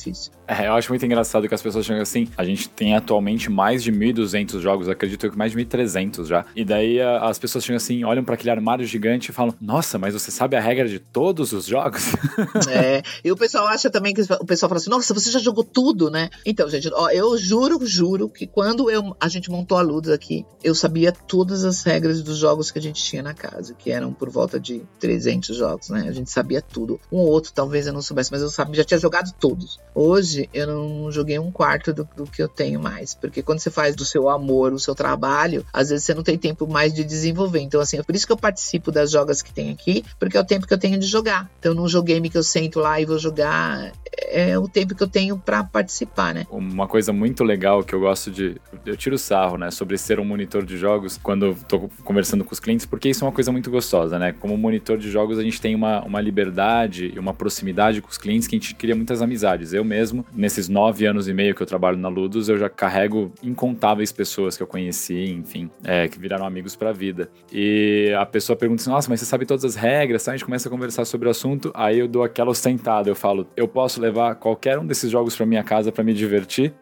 É, eu acho muito engraçado que as pessoas chegam assim, a gente tem atualmente mais de mil e duzentos jogos, acredito que mais de mil e trezentos já. E daí a, as pessoas chegam assim, olham para aquele armário gigante e falam, nossa, mas você sabe a regra de todos os jogos? É, e o pessoal acha também que o pessoal fala assim, nossa, você já jogou tudo, né? Então, gente, ó, eu juro, juro que quando eu, a gente montou a Ludus aqui, eu sabia todas as regras dos jogos que a gente tinha na casa, que eram por volta de trezentos jogos, né? A gente sabia tudo. Um ou outro talvez eu não soubesse, mas eu sabia, já tinha jogado todos. Hoje eu não joguei um quarto do, do que eu tenho mais, porque quando você faz do seu amor o seu trabalho, às vezes você não tem tempo mais de desenvolver. Então, assim, é por isso que eu participo das jogas que tem aqui, porque é o tempo que eu tenho de jogar. Então, num joguei-me que eu sento lá e vou jogar, é o tempo que eu tenho pra participar, né? Uma coisa muito legal que eu gosto de... Eu tiro sarro, né? Sobre ser um monitor de jogos quando eu tô conversando com os clientes, porque isso é uma coisa muito gostosa, né? Como monitor de jogos, a gente tem uma, uma liberdade e uma proximidade com os clientes que a gente cria muitas amizades. Eu mesmo, nesses nove anos e meio que eu trabalho na Ludus, eu já carrego incontáveis pessoas que eu conheci, enfim, é, que viraram amigos pra vida. E a pessoa pergunta assim, nossa, mas você sabe todas as regras, tá? A gente começa a conversar sobre o assunto, aí eu dou aquela ostentada, eu falo, eu posso levar qualquer um desses jogos pra minha casa pra me divertir?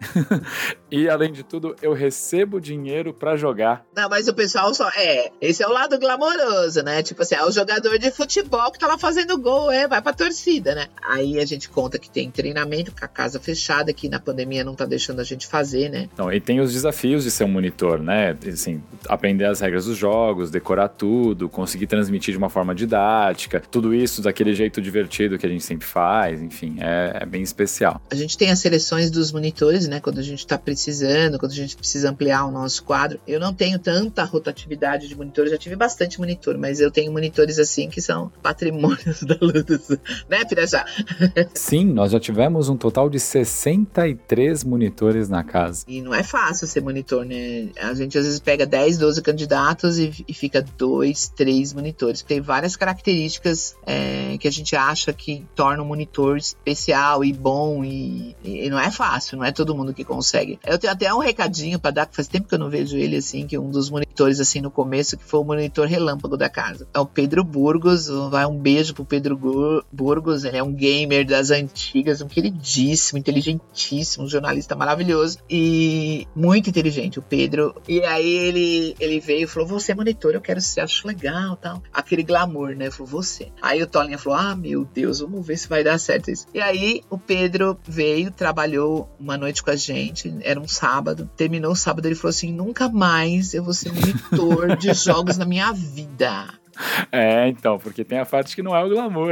E, além de tudo, eu recebo dinheiro pra jogar. Não, mas o pessoal só... É, esse é o lado glamouroso, né? Tipo assim, é o jogador de futebol que tá lá fazendo gol, é, vai pra torcida, né? Aí a gente conta que tem treinamento com a casa fechada, que na pandemia não tá deixando a gente fazer, né? Então, e tem os desafios de ser um monitor, né? Assim, aprender as regras dos jogos, decorar tudo, conseguir transmitir de uma forma didática, tudo isso daquele jeito divertido que a gente sempre faz, enfim, é, é bem especial. A gente tem as seleções dos monitores, né? Quando a gente tá precisando, quando a gente precisa ampliar o nosso quadro. Eu não tenho tanta rotatividade de monitores, já tive bastante monitor, mas eu tenho monitores assim que são patrimônios da Ludus, né, Pirajá? Sim, nós já tivemos um total de sessenta e três monitores na casa. E não é fácil ser monitor, né? A gente às vezes pega dez, doze candidatos e, e fica dois, três monitores. Tem várias características é, que a gente acha que torna um monitor especial e bom e, e não é fácil, não é todo mundo que consegue. Eu tenho até um recadinho pra dar, que faz tempo que eu não vejo ele assim, que um dos monitores assim no começo, que foi o monitor relâmpago da casa. É o Pedro Burgos, vai um beijo pro Pedro Burgos, ele é um gamer das antigas, um queridíssimo, inteligentíssimo, um jornalista maravilhoso e muito inteligente, o Pedro. E aí ele, ele veio e falou, você é monitor, eu quero ser, acho legal, tal. Aquele glamour, né? Falou, você. Aí o Tolinha falou, ah, meu Deus, vamos ver se vai dar certo isso. E aí o Pedro veio, trabalhou uma noite com a gente, era um sábado, terminou o sábado, ele falou assim, nunca mais eu vou ser monitor de jogos na minha vida. É, então, porque tem a parte que não é o glamour.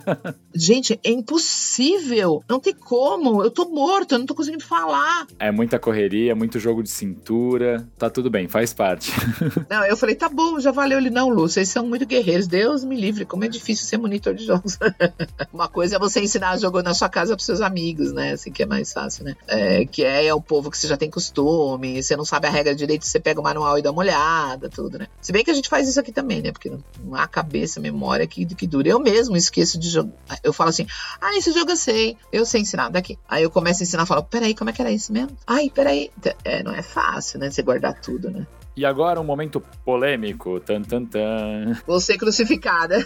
Gente, é impossível. Não tem como. Eu tô morto, eu não tô conseguindo falar. É muita correria, muito jogo de cintura. Tá tudo bem, faz parte. Não, eu falei, tá bom, já valeu. Ele, não, Lu, vocês são muito guerreiros. Deus me livre, como é difícil ser monitor de jogos. Uma coisa é você ensinar jogo na sua casa pros seus amigos, né? Assim que é mais fácil, né? É, que é, é o povo que você já tem costume, você não sabe a regra direito, você pega o manual e dá uma olhada, tudo, né? Se bem que a gente faz isso aqui também, né? Porque não há cabeça, memória que, que dura. Eu mesmo esqueço de jogar. Eu falo assim, ah, esse jogo eu sei. Eu sei ensinar daqui. Aí eu começo a ensinar e falo, peraí, como é que era isso mesmo? Ai, peraí. É, não é fácil, né? Você guardar tudo, né? E agora um momento polêmico. Tan, tan, tan. Vou ser crucificada.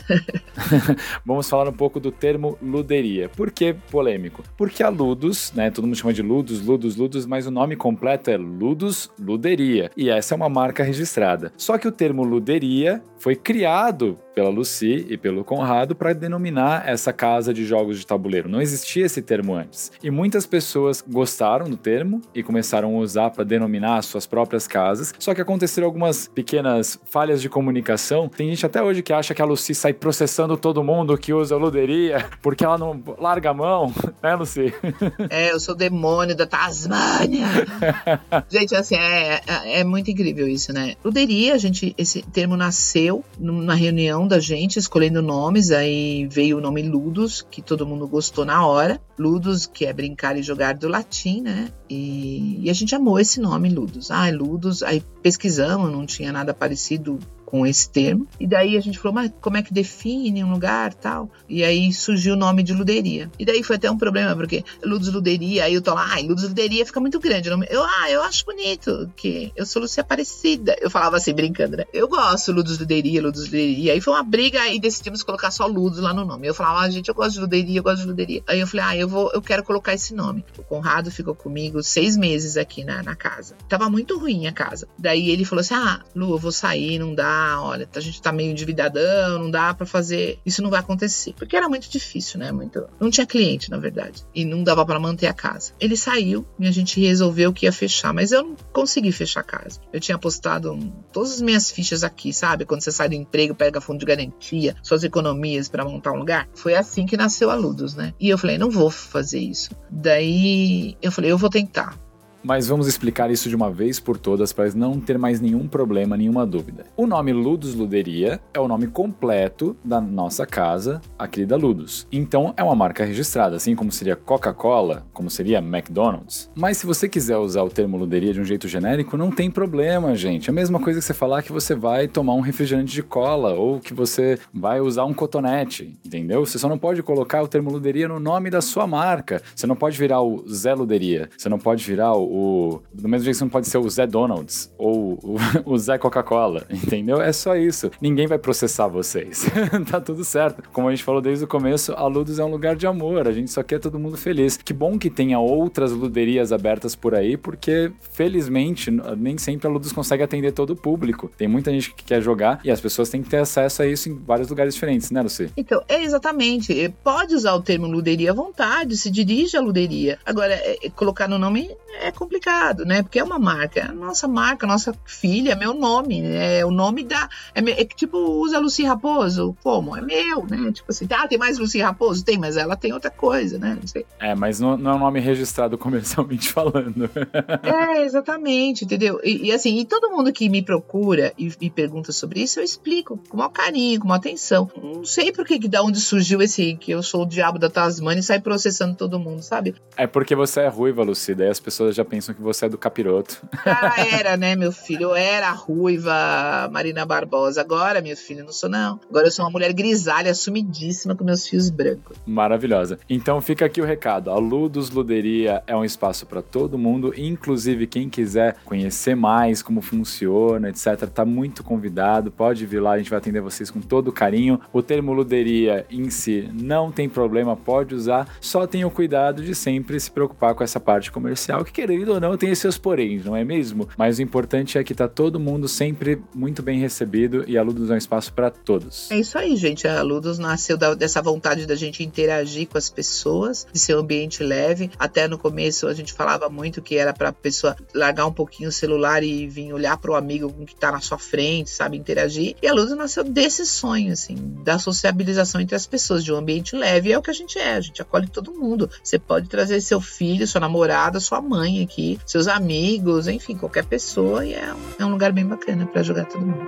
Vamos falar um pouco do termo luderia. Por que polêmico? Porque a Ludus, né? Todo mundo chama de Ludus, Ludus, Ludus, mas o nome completo é Ludus Luderia. E essa é uma marca registrada. Só que o termo luderia foi criado pela Lucy e pelo Conrado para denominar essa casa de jogos de tabuleiro. Não existia esse termo antes. E muitas pessoas gostaram do termo e começaram a usar para denominar as suas próprias casas. Só que aconteceram algumas pequenas falhas de comunicação. Tem gente até hoje que acha que a Lucy sai processando todo mundo que usa luderia porque ela não larga a mão, né, Lucy? É, eu sou o demônio da Tasmânia. Gente, assim, é, é, é muito incrível isso, né? Luderia, gente, esse termo nasceu numa reunião da gente, escolhendo nomes, aí veio o nome Ludus, que todo mundo gostou na hora. Ludus, que é brincar e jogar do latim, né? E, e a gente amou esse nome, Ludus. Ah, Ludus, aí pesquisamos, não tinha nada parecido com esse termo. E daí a gente falou, mas como é que define um lugar, tal? E aí surgiu o nome de luderia. E daí foi até um problema, porque Ludus Luderia, aí eu tô lá, ai, Ludus Luderia fica muito grande. Eu, ah, eu acho bonito, que eu sou Lúcia Aparecida. Eu falava assim, brincando, né? Eu gosto, Ludus Luderia, Ludus Luderia. Aí foi uma briga e decidimos colocar só Ludus lá no nome. Eu falava, ah, gente, eu gosto de luderia, eu gosto de luderia. Aí eu falei, ah, eu, vou, eu quero colocar esse nome. O Conrado ficou comigo seis meses aqui na, na casa. Tava muito ruim a casa. Daí ele falou assim, ah, Lu, eu vou sair, não dá, olha, a gente tá meio endividadão, não dá pra fazer, isso não vai acontecer. Porque era muito difícil, né? Muito... Não tinha cliente, na verdade. E não dava pra manter a casa. Ele saiu e a gente resolveu que ia fechar, mas eu não consegui fechar a casa. Eu tinha apostado um, todas as minhas fichas aqui, sabe? Quando você sai do emprego, pega fundo de garantia, suas economias pra montar um lugar. Foi assim que nasceu a Ludus, né? E eu falei, não vou fazer isso. Daí eu falei, eu vou tentar. Mas vamos explicar isso de uma vez por todas para não ter mais nenhum problema, nenhuma dúvida. O nome Ludus Luderia é o nome completo da nossa casa, a querida Ludus. Então é uma marca registrada, assim como seria Coca-Cola, como seria McDonald's. Mas se você quiser usar o termo luderia de um jeito genérico, não tem problema, gente. É a mesma coisa que você falar que você vai tomar um refrigerante de cola ou que você vai usar um cotonete, entendeu? Você só não pode colocar o termo luderia no nome da sua marca. Você não pode virar o Zé Luderia. Você não pode virar o O, do mesmo jeito que você não pode ser o Zé Donald's ou o, o Zé Coca-Cola, entendeu? É só isso. Ninguém vai processar vocês. Tá tudo certo. Como a gente falou desde o começo, a Ludus é um lugar de amor. A gente só quer todo mundo feliz. Que bom que tenha outras luderias abertas por aí, porque felizmente nem sempre a Ludus consegue atender todo o público. Tem muita gente que quer jogar e as pessoas têm que ter acesso a isso em vários lugares diferentes, né, Lucy? Então, é exatamente. Pode usar o termo luderia à vontade, se dirige à luderia. Agora, é, colocar no nome é complicado, né? Porque é uma marca, é a nossa marca, nossa filha, é meu nome, é o nome da... É, meu, é tipo, usa Lucy Raposo, como? É meu, né? Tipo assim, ah, tem mais Lucy Raposo? Tem, mas ela tem outra coisa, né? Não sei. É, mas não, não é um nome registrado comercialmente falando. É, exatamente, entendeu? E, e assim, e todo mundo que me procura e me pergunta sobre isso, eu explico com maior carinho, com maior atenção. Não sei por que, da onde surgiu esse que eu sou o diabo da Tasmânia e sai processando todo mundo, sabe? É porque você é ruiva, Lucy, daí as pessoas já pensam que você é do capiroto. Ah, era, né, meu filho? Eu era a ruiva Marina Barbosa. Agora, meu filho, não sou, não. Agora eu sou uma mulher grisalha, assumidíssima, com meus fios brancos. Maravilhosa. Então fica aqui o recado. A Ludus Luderia é um espaço para todo mundo, inclusive quem quiser conhecer mais como funciona, etcétera, tá muito convidado. Pode vir lá, a gente vai atender vocês com todo carinho. O termo luderia em si não tem problema, pode usar. Só tenha o cuidado de sempre se preocupar com essa parte comercial, que querendo ou não, tem seus poréns, não é mesmo? Mas o importante é que tá todo mundo sempre muito bem recebido e a Ludus é um espaço para todos. É isso aí, gente. A Ludus nasceu da, dessa vontade da gente interagir com as pessoas, de ser um ambiente leve. Até no começo a gente falava muito que era pra pessoa largar um pouquinho o celular e vir olhar pro amigo que tá na sua frente, sabe? Interagir. E a Ludus nasceu desse sonho, assim, da sociabilização entre as pessoas, de um ambiente leve. E é o que a gente é. A gente acolhe todo mundo. Você pode trazer seu filho, sua namorada, sua mãe aqui, seus amigos, enfim, qualquer pessoa, e é um, é um lugar bem bacana para jogar todo mundo.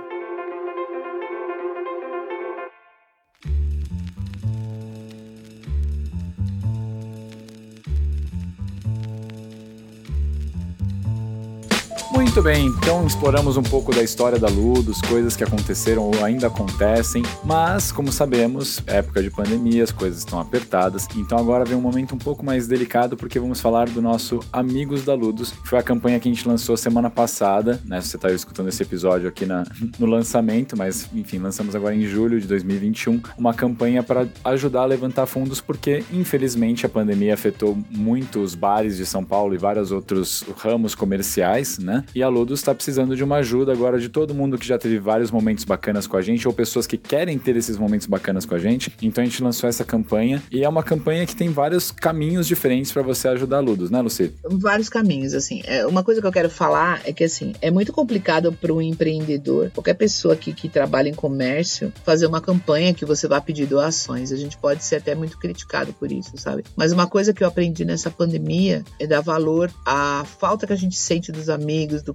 Muito bem, então exploramos um pouco da história da Ludus, coisas que aconteceram ou ainda acontecem, mas, como sabemos, é época de pandemia, as coisas estão apertadas, então agora vem um momento um pouco mais delicado, porque vamos falar do nosso Amigos da Ludus, que foi a campanha que a gente lançou semana passada, né? Você está escutando esse episódio aqui na, no lançamento, mas, enfim, lançamos agora em julho de dois mil e vinte e um, uma campanha para ajudar a levantar fundos, porque, infelizmente, a pandemia afetou muito os bares de São Paulo e vários outros ramos comerciais, né? E a Ludus está precisando de uma ajuda agora de todo mundo que já teve vários momentos bacanas com a gente ou pessoas que querem ter esses momentos bacanas com a gente. Então a gente lançou essa campanha e é uma campanha que tem vários caminhos diferentes para você ajudar a Ludus, né, Lucy? Vários caminhos, assim. É, uma coisa que eu quero falar é que, assim, é muito complicado para um empreendedor, qualquer pessoa aqui que trabalha em comércio, fazer uma campanha que você vá pedir doações. A gente pode ser até muito criticado por isso, sabe? Mas uma coisa que eu aprendi nessa pandemia é dar valor à falta que a gente sente dos amigos, do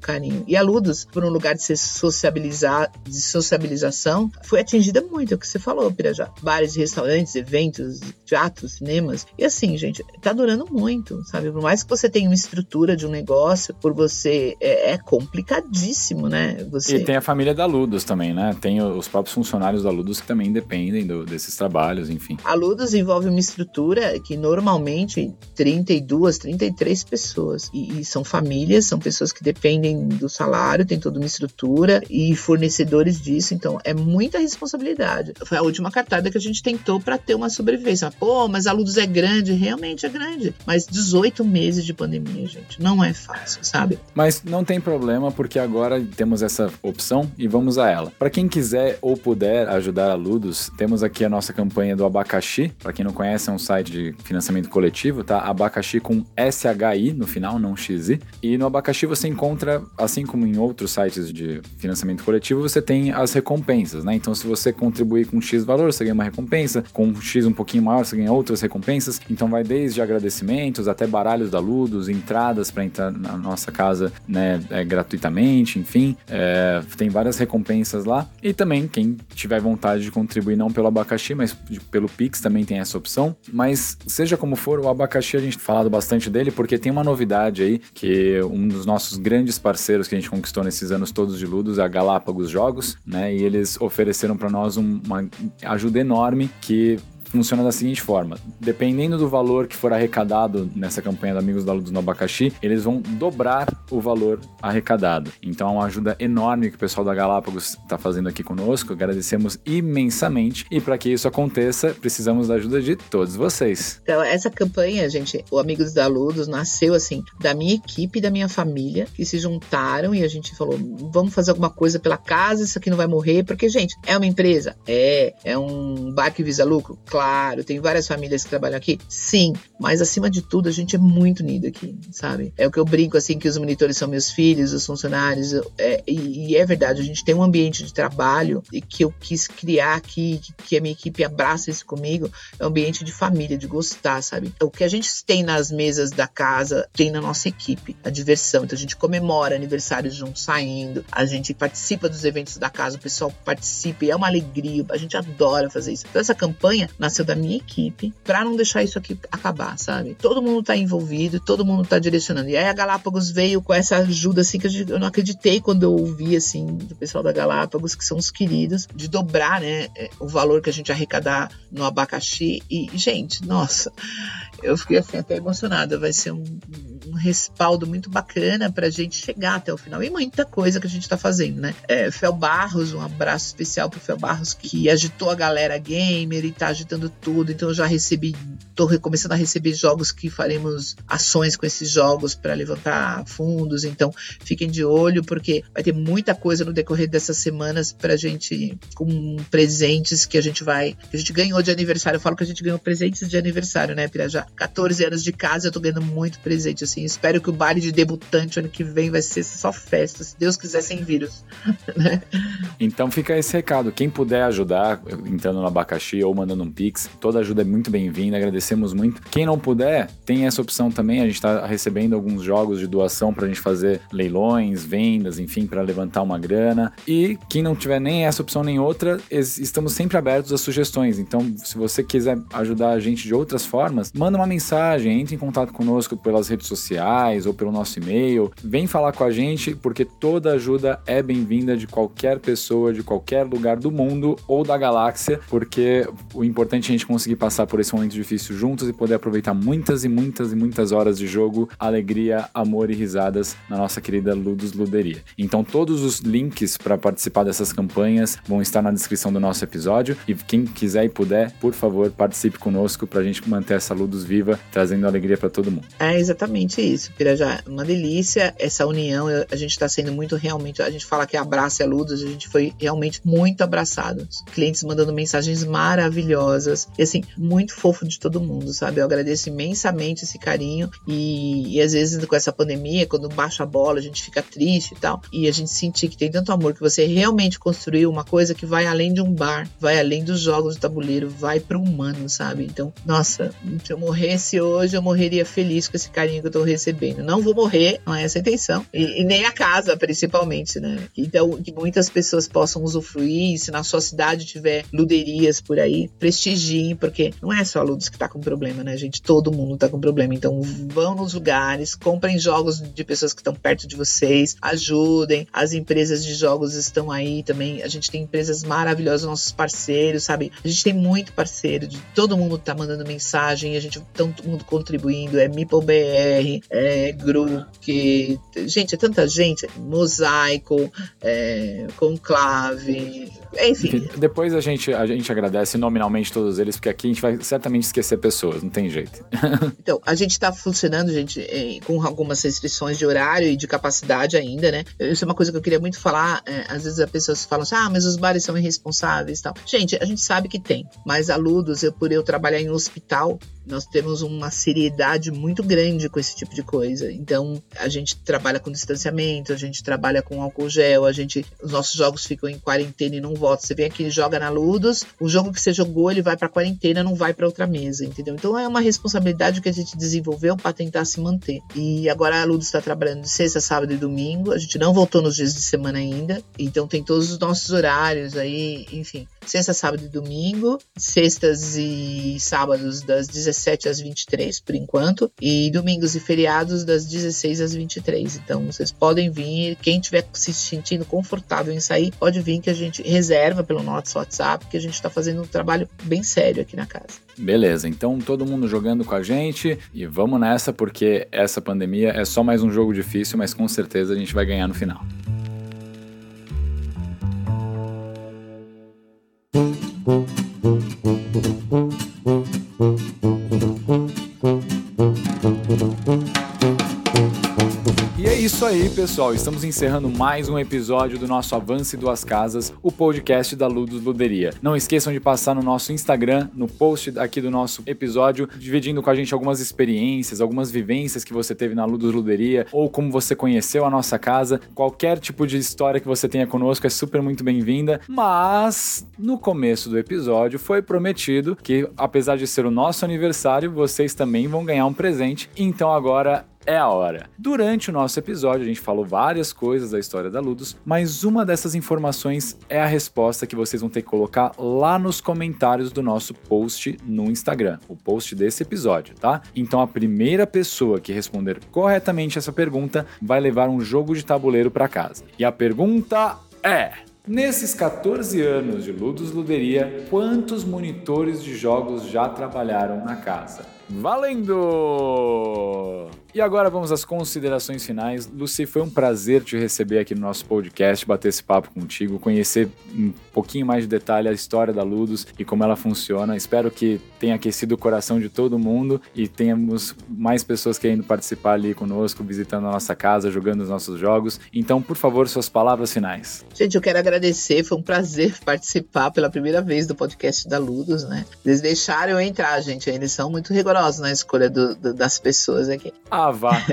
carinho. E a Ludus, por um lugar de, se sociabilizar, de sociabilização, foi atingida muito, é o que você falou, Pirajá. Bares, restaurantes, eventos, teatros, cinemas. E assim, gente, tá durando muito, sabe? Por mais que você tenha uma estrutura de um negócio, por você, é, é complicadíssimo, né? Você... E tem a família da Ludus também, né? Tem os próprios funcionários da Ludus que também dependem do, desses trabalhos, enfim. A Ludus envolve uma estrutura que normalmente trinta e duas, trinta e três pessoas. E, e são famílias, são pessoas que dependem do salário, tem toda uma estrutura e fornecedores disso, então é muita responsabilidade. Foi a última cartada que a gente tentou para ter uma sobrevivência. Pô, mas a Ludus é grande, realmente é grande. Mas dezoito meses de pandemia, gente, não é fácil, sabe? Mas não tem problema, porque agora temos essa opção e vamos a ela. Para quem quiser ou puder ajudar a Ludus, temos aqui a nossa campanha do Abacaxi. Para quem não conhece, é um site de financiamento coletivo, tá? Abacaxi com S H I no final, não X I. E no Abacaxi você encontra, assim como em outros sites de financiamento coletivo, você tem as recompensas, né? Então, se você contribuir com X valor, você ganha uma recompensa. Com X um pouquinho maior, você ganha outras recompensas. Então, vai desde agradecimentos até baralhos da Ludus, entradas para entrar na nossa casa, né, é, gratuitamente, enfim. É, tem várias recompensas lá. E também, quem tiver vontade de contribuir não pelo Abacaxi, mas pelo Pix, também tem essa opção. Mas, seja como for, o Abacaxi, a gente tem falado bastante dele, porque tem uma novidade aí, que um dos nossos grandes parceiros que a gente conquistou nesses anos todos de Ludus é a Galápagos Jogos, né? E eles ofereceram para nós um, uma ajuda enorme que funciona da seguinte forma: dependendo do valor que for arrecadado nessa campanha do Amigos da Ludus no Abacaxi, eles vão dobrar o valor arrecadado. Então é uma ajuda enorme que o pessoal da Galápagos está fazendo aqui conosco, agradecemos imensamente, e para que isso aconteça, precisamos da ajuda de todos vocês. Então essa campanha, gente, o Amigos da Ludus nasceu assim, da minha equipe e da minha família, que se juntaram e a gente falou, vamos fazer alguma coisa pela casa, isso aqui não vai morrer, porque, gente, é uma empresa? É. É um bar que visa lucro? Claro. Claro, tem várias famílias que trabalham aqui, sim, mas acima de tudo a gente é muito unido aqui, sabe? É o que eu brinco assim, que os monitores são meus filhos, os funcionários, é, e, e é verdade, a gente tem um ambiente de trabalho e que eu quis criar aqui, que, que a minha equipe abraça isso comigo, é um ambiente de família, de gostar, sabe? O que a gente tem nas mesas da casa, tem na nossa equipe, a diversão, então a gente comemora aniversários juntos, saindo, a gente participa dos eventos da casa, o pessoal participa e é uma alegria, a gente adora fazer isso. Então essa campanha nasceu da minha equipe para não deixar isso aqui acabar, sabe? Todo mundo tá envolvido, todo mundo tá direcionando. E aí a Galápagos veio com essa ajuda assim que eu não acreditei quando eu ouvi assim do pessoal da Galápagos, que são os queridos, de dobrar, né, o valor que a gente arrecadar no Abacaxi. E, gente, nossa, eu fiquei assim até emocionada. Vai ser um, um respaldo muito bacana pra gente chegar até o final. E muita coisa que a gente tá fazendo, né? É, Fel Barros, um abraço especial pro Fel Barros, que agitou a galera gamer e tá agitando tudo, então eu já recebi, tô começando a receber jogos que faremos ações com esses jogos para levantar fundos, então fiquem de olho, porque vai ter muita coisa no decorrer dessas semanas pra gente, com presentes que a gente vai, que a gente ganhou de aniversário. Eu falo que a gente ganhou presentes de aniversário, né, Pirajá? catorze anos de casa, eu tô ganhando muito presente, assim, espero que o baile de debutante ano que vem vai ser só festa, se Deus quiser, sem vírus, né? Então fica esse recado, quem puder ajudar, entrando no Abacaxi ou mandando um Pix, toda ajuda é muito bem-vinda, agradecemos muito. Quem não puder, tem essa opção também, a gente está recebendo alguns jogos de doação pra gente fazer leilões, vendas, enfim, para levantar uma grana. E quem não tiver nem essa opção nem outra, estamos sempre abertos a sugestões. Então, se você quiser ajudar a gente de outras formas, manda uma mensagem, entre em contato conosco pelas redes sociais ou pelo nosso e-mail, vem falar com a gente, porque toda ajuda é bem-vinda de qualquer pessoa, de qualquer lugar do mundo ou da galáxia, porque o importante é a gente conseguir passar por esse momento difícil juntos e poder aproveitar muitas e muitas e muitas horas de jogo, alegria, amor e risadas na nossa querida Ludus Luderia. Então todos os links para participar dessas campanhas vão estar na descrição do nosso episódio, e quem quiser e puder, por favor, participe conosco pra gente manter essa Ludus viva, trazendo alegria para todo mundo. É exatamente isso, Pirajá, uma delícia essa união, a gente tá sendo muito realmente, a gente fala que abraça a Ludus, a gente foi realmente muito abraçado, os clientes mandando mensagens maravilhosas, e assim, muito fofo de todo mundo, sabe? Eu agradeço imensamente esse carinho, e, e às vezes com essa pandemia, quando baixa a bola, a gente fica triste e tal, e a gente sentir que tem tanto amor, que você realmente construiu uma coisa que vai além de um bar, vai além dos jogos de tabuleiro, vai pro humano, sabe? Então, nossa, eu morresse hoje, eu morreria feliz com esse carinho que eu tô recebendo. Não vou morrer, não é essa a intenção. E, e nem a casa, principalmente, né? Então, que muitas pessoas possam usufruir. Se na sua cidade tiver luderias por aí, prestigiem, porque não é só a Ludus que tá com problema, né, gente? Todo mundo tá com problema. Então, vão nos lugares, comprem jogos de pessoas que estão perto de vocês, ajudem. As empresas de jogos estão aí também. A gente tem empresas maravilhosas, nossos parceiros, sabe? A gente tem muito parceiro, de, todo mundo tá mandando mensagem, a gente tá todo mundo contribuindo, é MeepleBR, é Group, que, gente, é tanta gente, Mosaico, é, Conclave, enfim. Depois a gente, a gente agradece nominalmente todos eles, porque aqui a gente vai certamente esquecer pessoas, não tem jeito. Então, a gente tá funcionando, gente, com algumas restrições de horário e de capacidade ainda, né? Isso é uma coisa que eu queria muito falar. É, às vezes as pessoas falam assim, ah, mas os bares são irresponsáveis e tal. Gente, a gente sabe que tem, mas a Ludus, eu, por eu trabalhar em um hospital, nós temos uma seriedade muito grande com esse tipo de coisa. Então, a gente trabalha com distanciamento, a gente trabalha com álcool gel, a gente, os nossos jogos ficam em quarentena e não voltam. Você vem aqui e joga na Ludus, o jogo que você jogou, ele vai pra quarentena, não vai pra outra mesa, entendeu? Então, é uma responsabilidade que a gente desenvolveu para tentar se manter. E agora a Ludus está trabalhando de sexta, sábado e domingo. A gente não voltou nos dias de semana ainda. Então, tem todos os nossos horários aí, enfim. Sexta, sábado e domingo. Sextas e sábados das dezessete às vinte e três, por enquanto. E domingos e feriados das dezesseis às vinte e três. Então, vocês podem vir. Quem estiver se sentindo confortável em sair, pode vir que a gente reserva pelo nosso WhatsApp, que a gente está fazendo um trabalho bem sério aqui na casa. Beleza, então todo mundo jogando com a gente e vamos nessa, porque essa pandemia é só mais um jogo difícil, mas com certeza a gente vai ganhar no final. E é isso aí, pessoal. Estamos encerrando mais um episódio do nosso Avance Duas Casas, o podcast da Ludus Luderia. Não esqueçam de passar no nosso Instagram, no post aqui do nosso episódio, dividindo com a gente algumas experiências, algumas vivências que você teve na Ludus Luderia, ou como você conheceu a nossa casa. Qualquer tipo de história que você tenha conosco é super muito bem-vinda. Mas, no começo do episódio, foi prometido que, apesar de ser o nosso aniversário, vocês também vão ganhar um presente. Então agora é a hora. Durante o nosso episódio, a gente falou várias coisas da história da Ludus, mas uma dessas informações é a resposta que vocês vão ter que colocar lá nos comentários do nosso post no Instagram, o post desse episódio, tá? Então a primeira pessoa que responder corretamente essa pergunta vai levar um jogo de tabuleiro para casa. E a pergunta é: nesses catorze anos de Ludus Luderia, quantos monitores de jogos já trabalharam na casa? Valendo! E agora vamos às considerações finais. Lucy, foi um prazer te receber aqui no nosso podcast, bater esse papo contigo, conhecer um pouquinho mais de detalhe a história da Ludus e como ela funciona. Espero que tenha aquecido o coração de todo mundo e tenhamos mais pessoas querendo participar ali conosco, visitando a nossa casa, jogando os nossos jogos. Então, por favor, suas palavras finais. Gente, eu quero agradecer, foi um prazer participar pela primeira vez do podcast da Ludus, né? Eles deixaram eu entrar, gente, eles são muito rigorosos na escolha do, do, das pessoas aqui. Ah, vá!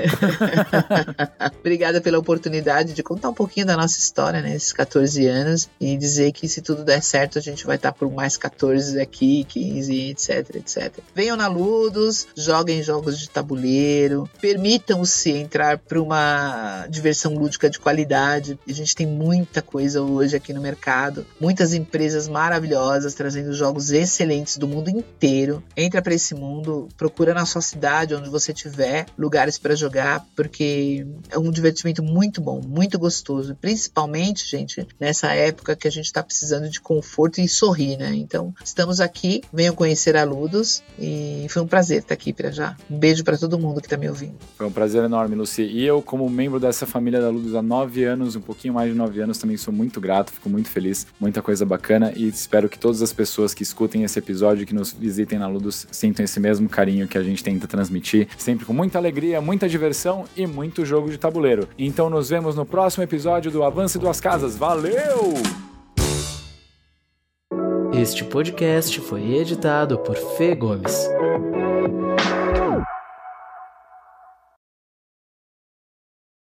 Obrigada pela oportunidade de contar um pouquinho da nossa história, né, esses catorze anos, e dizer que se tudo der certo, a gente vai estar por mais catorze aqui, quinze, etc, etcétera. Venham na Ludus, joguem jogos de tabuleiro, permitam-se entrar para uma diversão lúdica de qualidade. A gente tem muita coisa hoje aqui no mercado, muitas empresas maravilhosas trazendo jogos excelentes do mundo inteiro. Entra para esse mundo, procura na sua cidade, onde você tiver, lugares para jogar, porque é um divertimento muito bom, muito gostoso, principalmente, gente, nessa época que a gente está precisando de conforto e sorrir, né? Então, estamos aqui, venham conhecer a Ludus e foi um prazer estar aqui para já. Um beijo para todo mundo que está me ouvindo. Foi um prazer enorme, Lucy. E eu, como membro dessa família da Ludus há nove anos, um pouquinho mais de nove anos, também sou muito grato, fico muito feliz, muita coisa bacana e espero que todas as pessoas que escutem esse episódio, que nos visitem na Ludus, sintam esse mesmo carinho que a gente tenta transmitir, sempre com muita alegria, muita diversão e muito jogo de tabuleiro. Então nos vemos no próximo episódio do Avance Duas Casas. Valeu! Este podcast foi editado por Fê Gomes.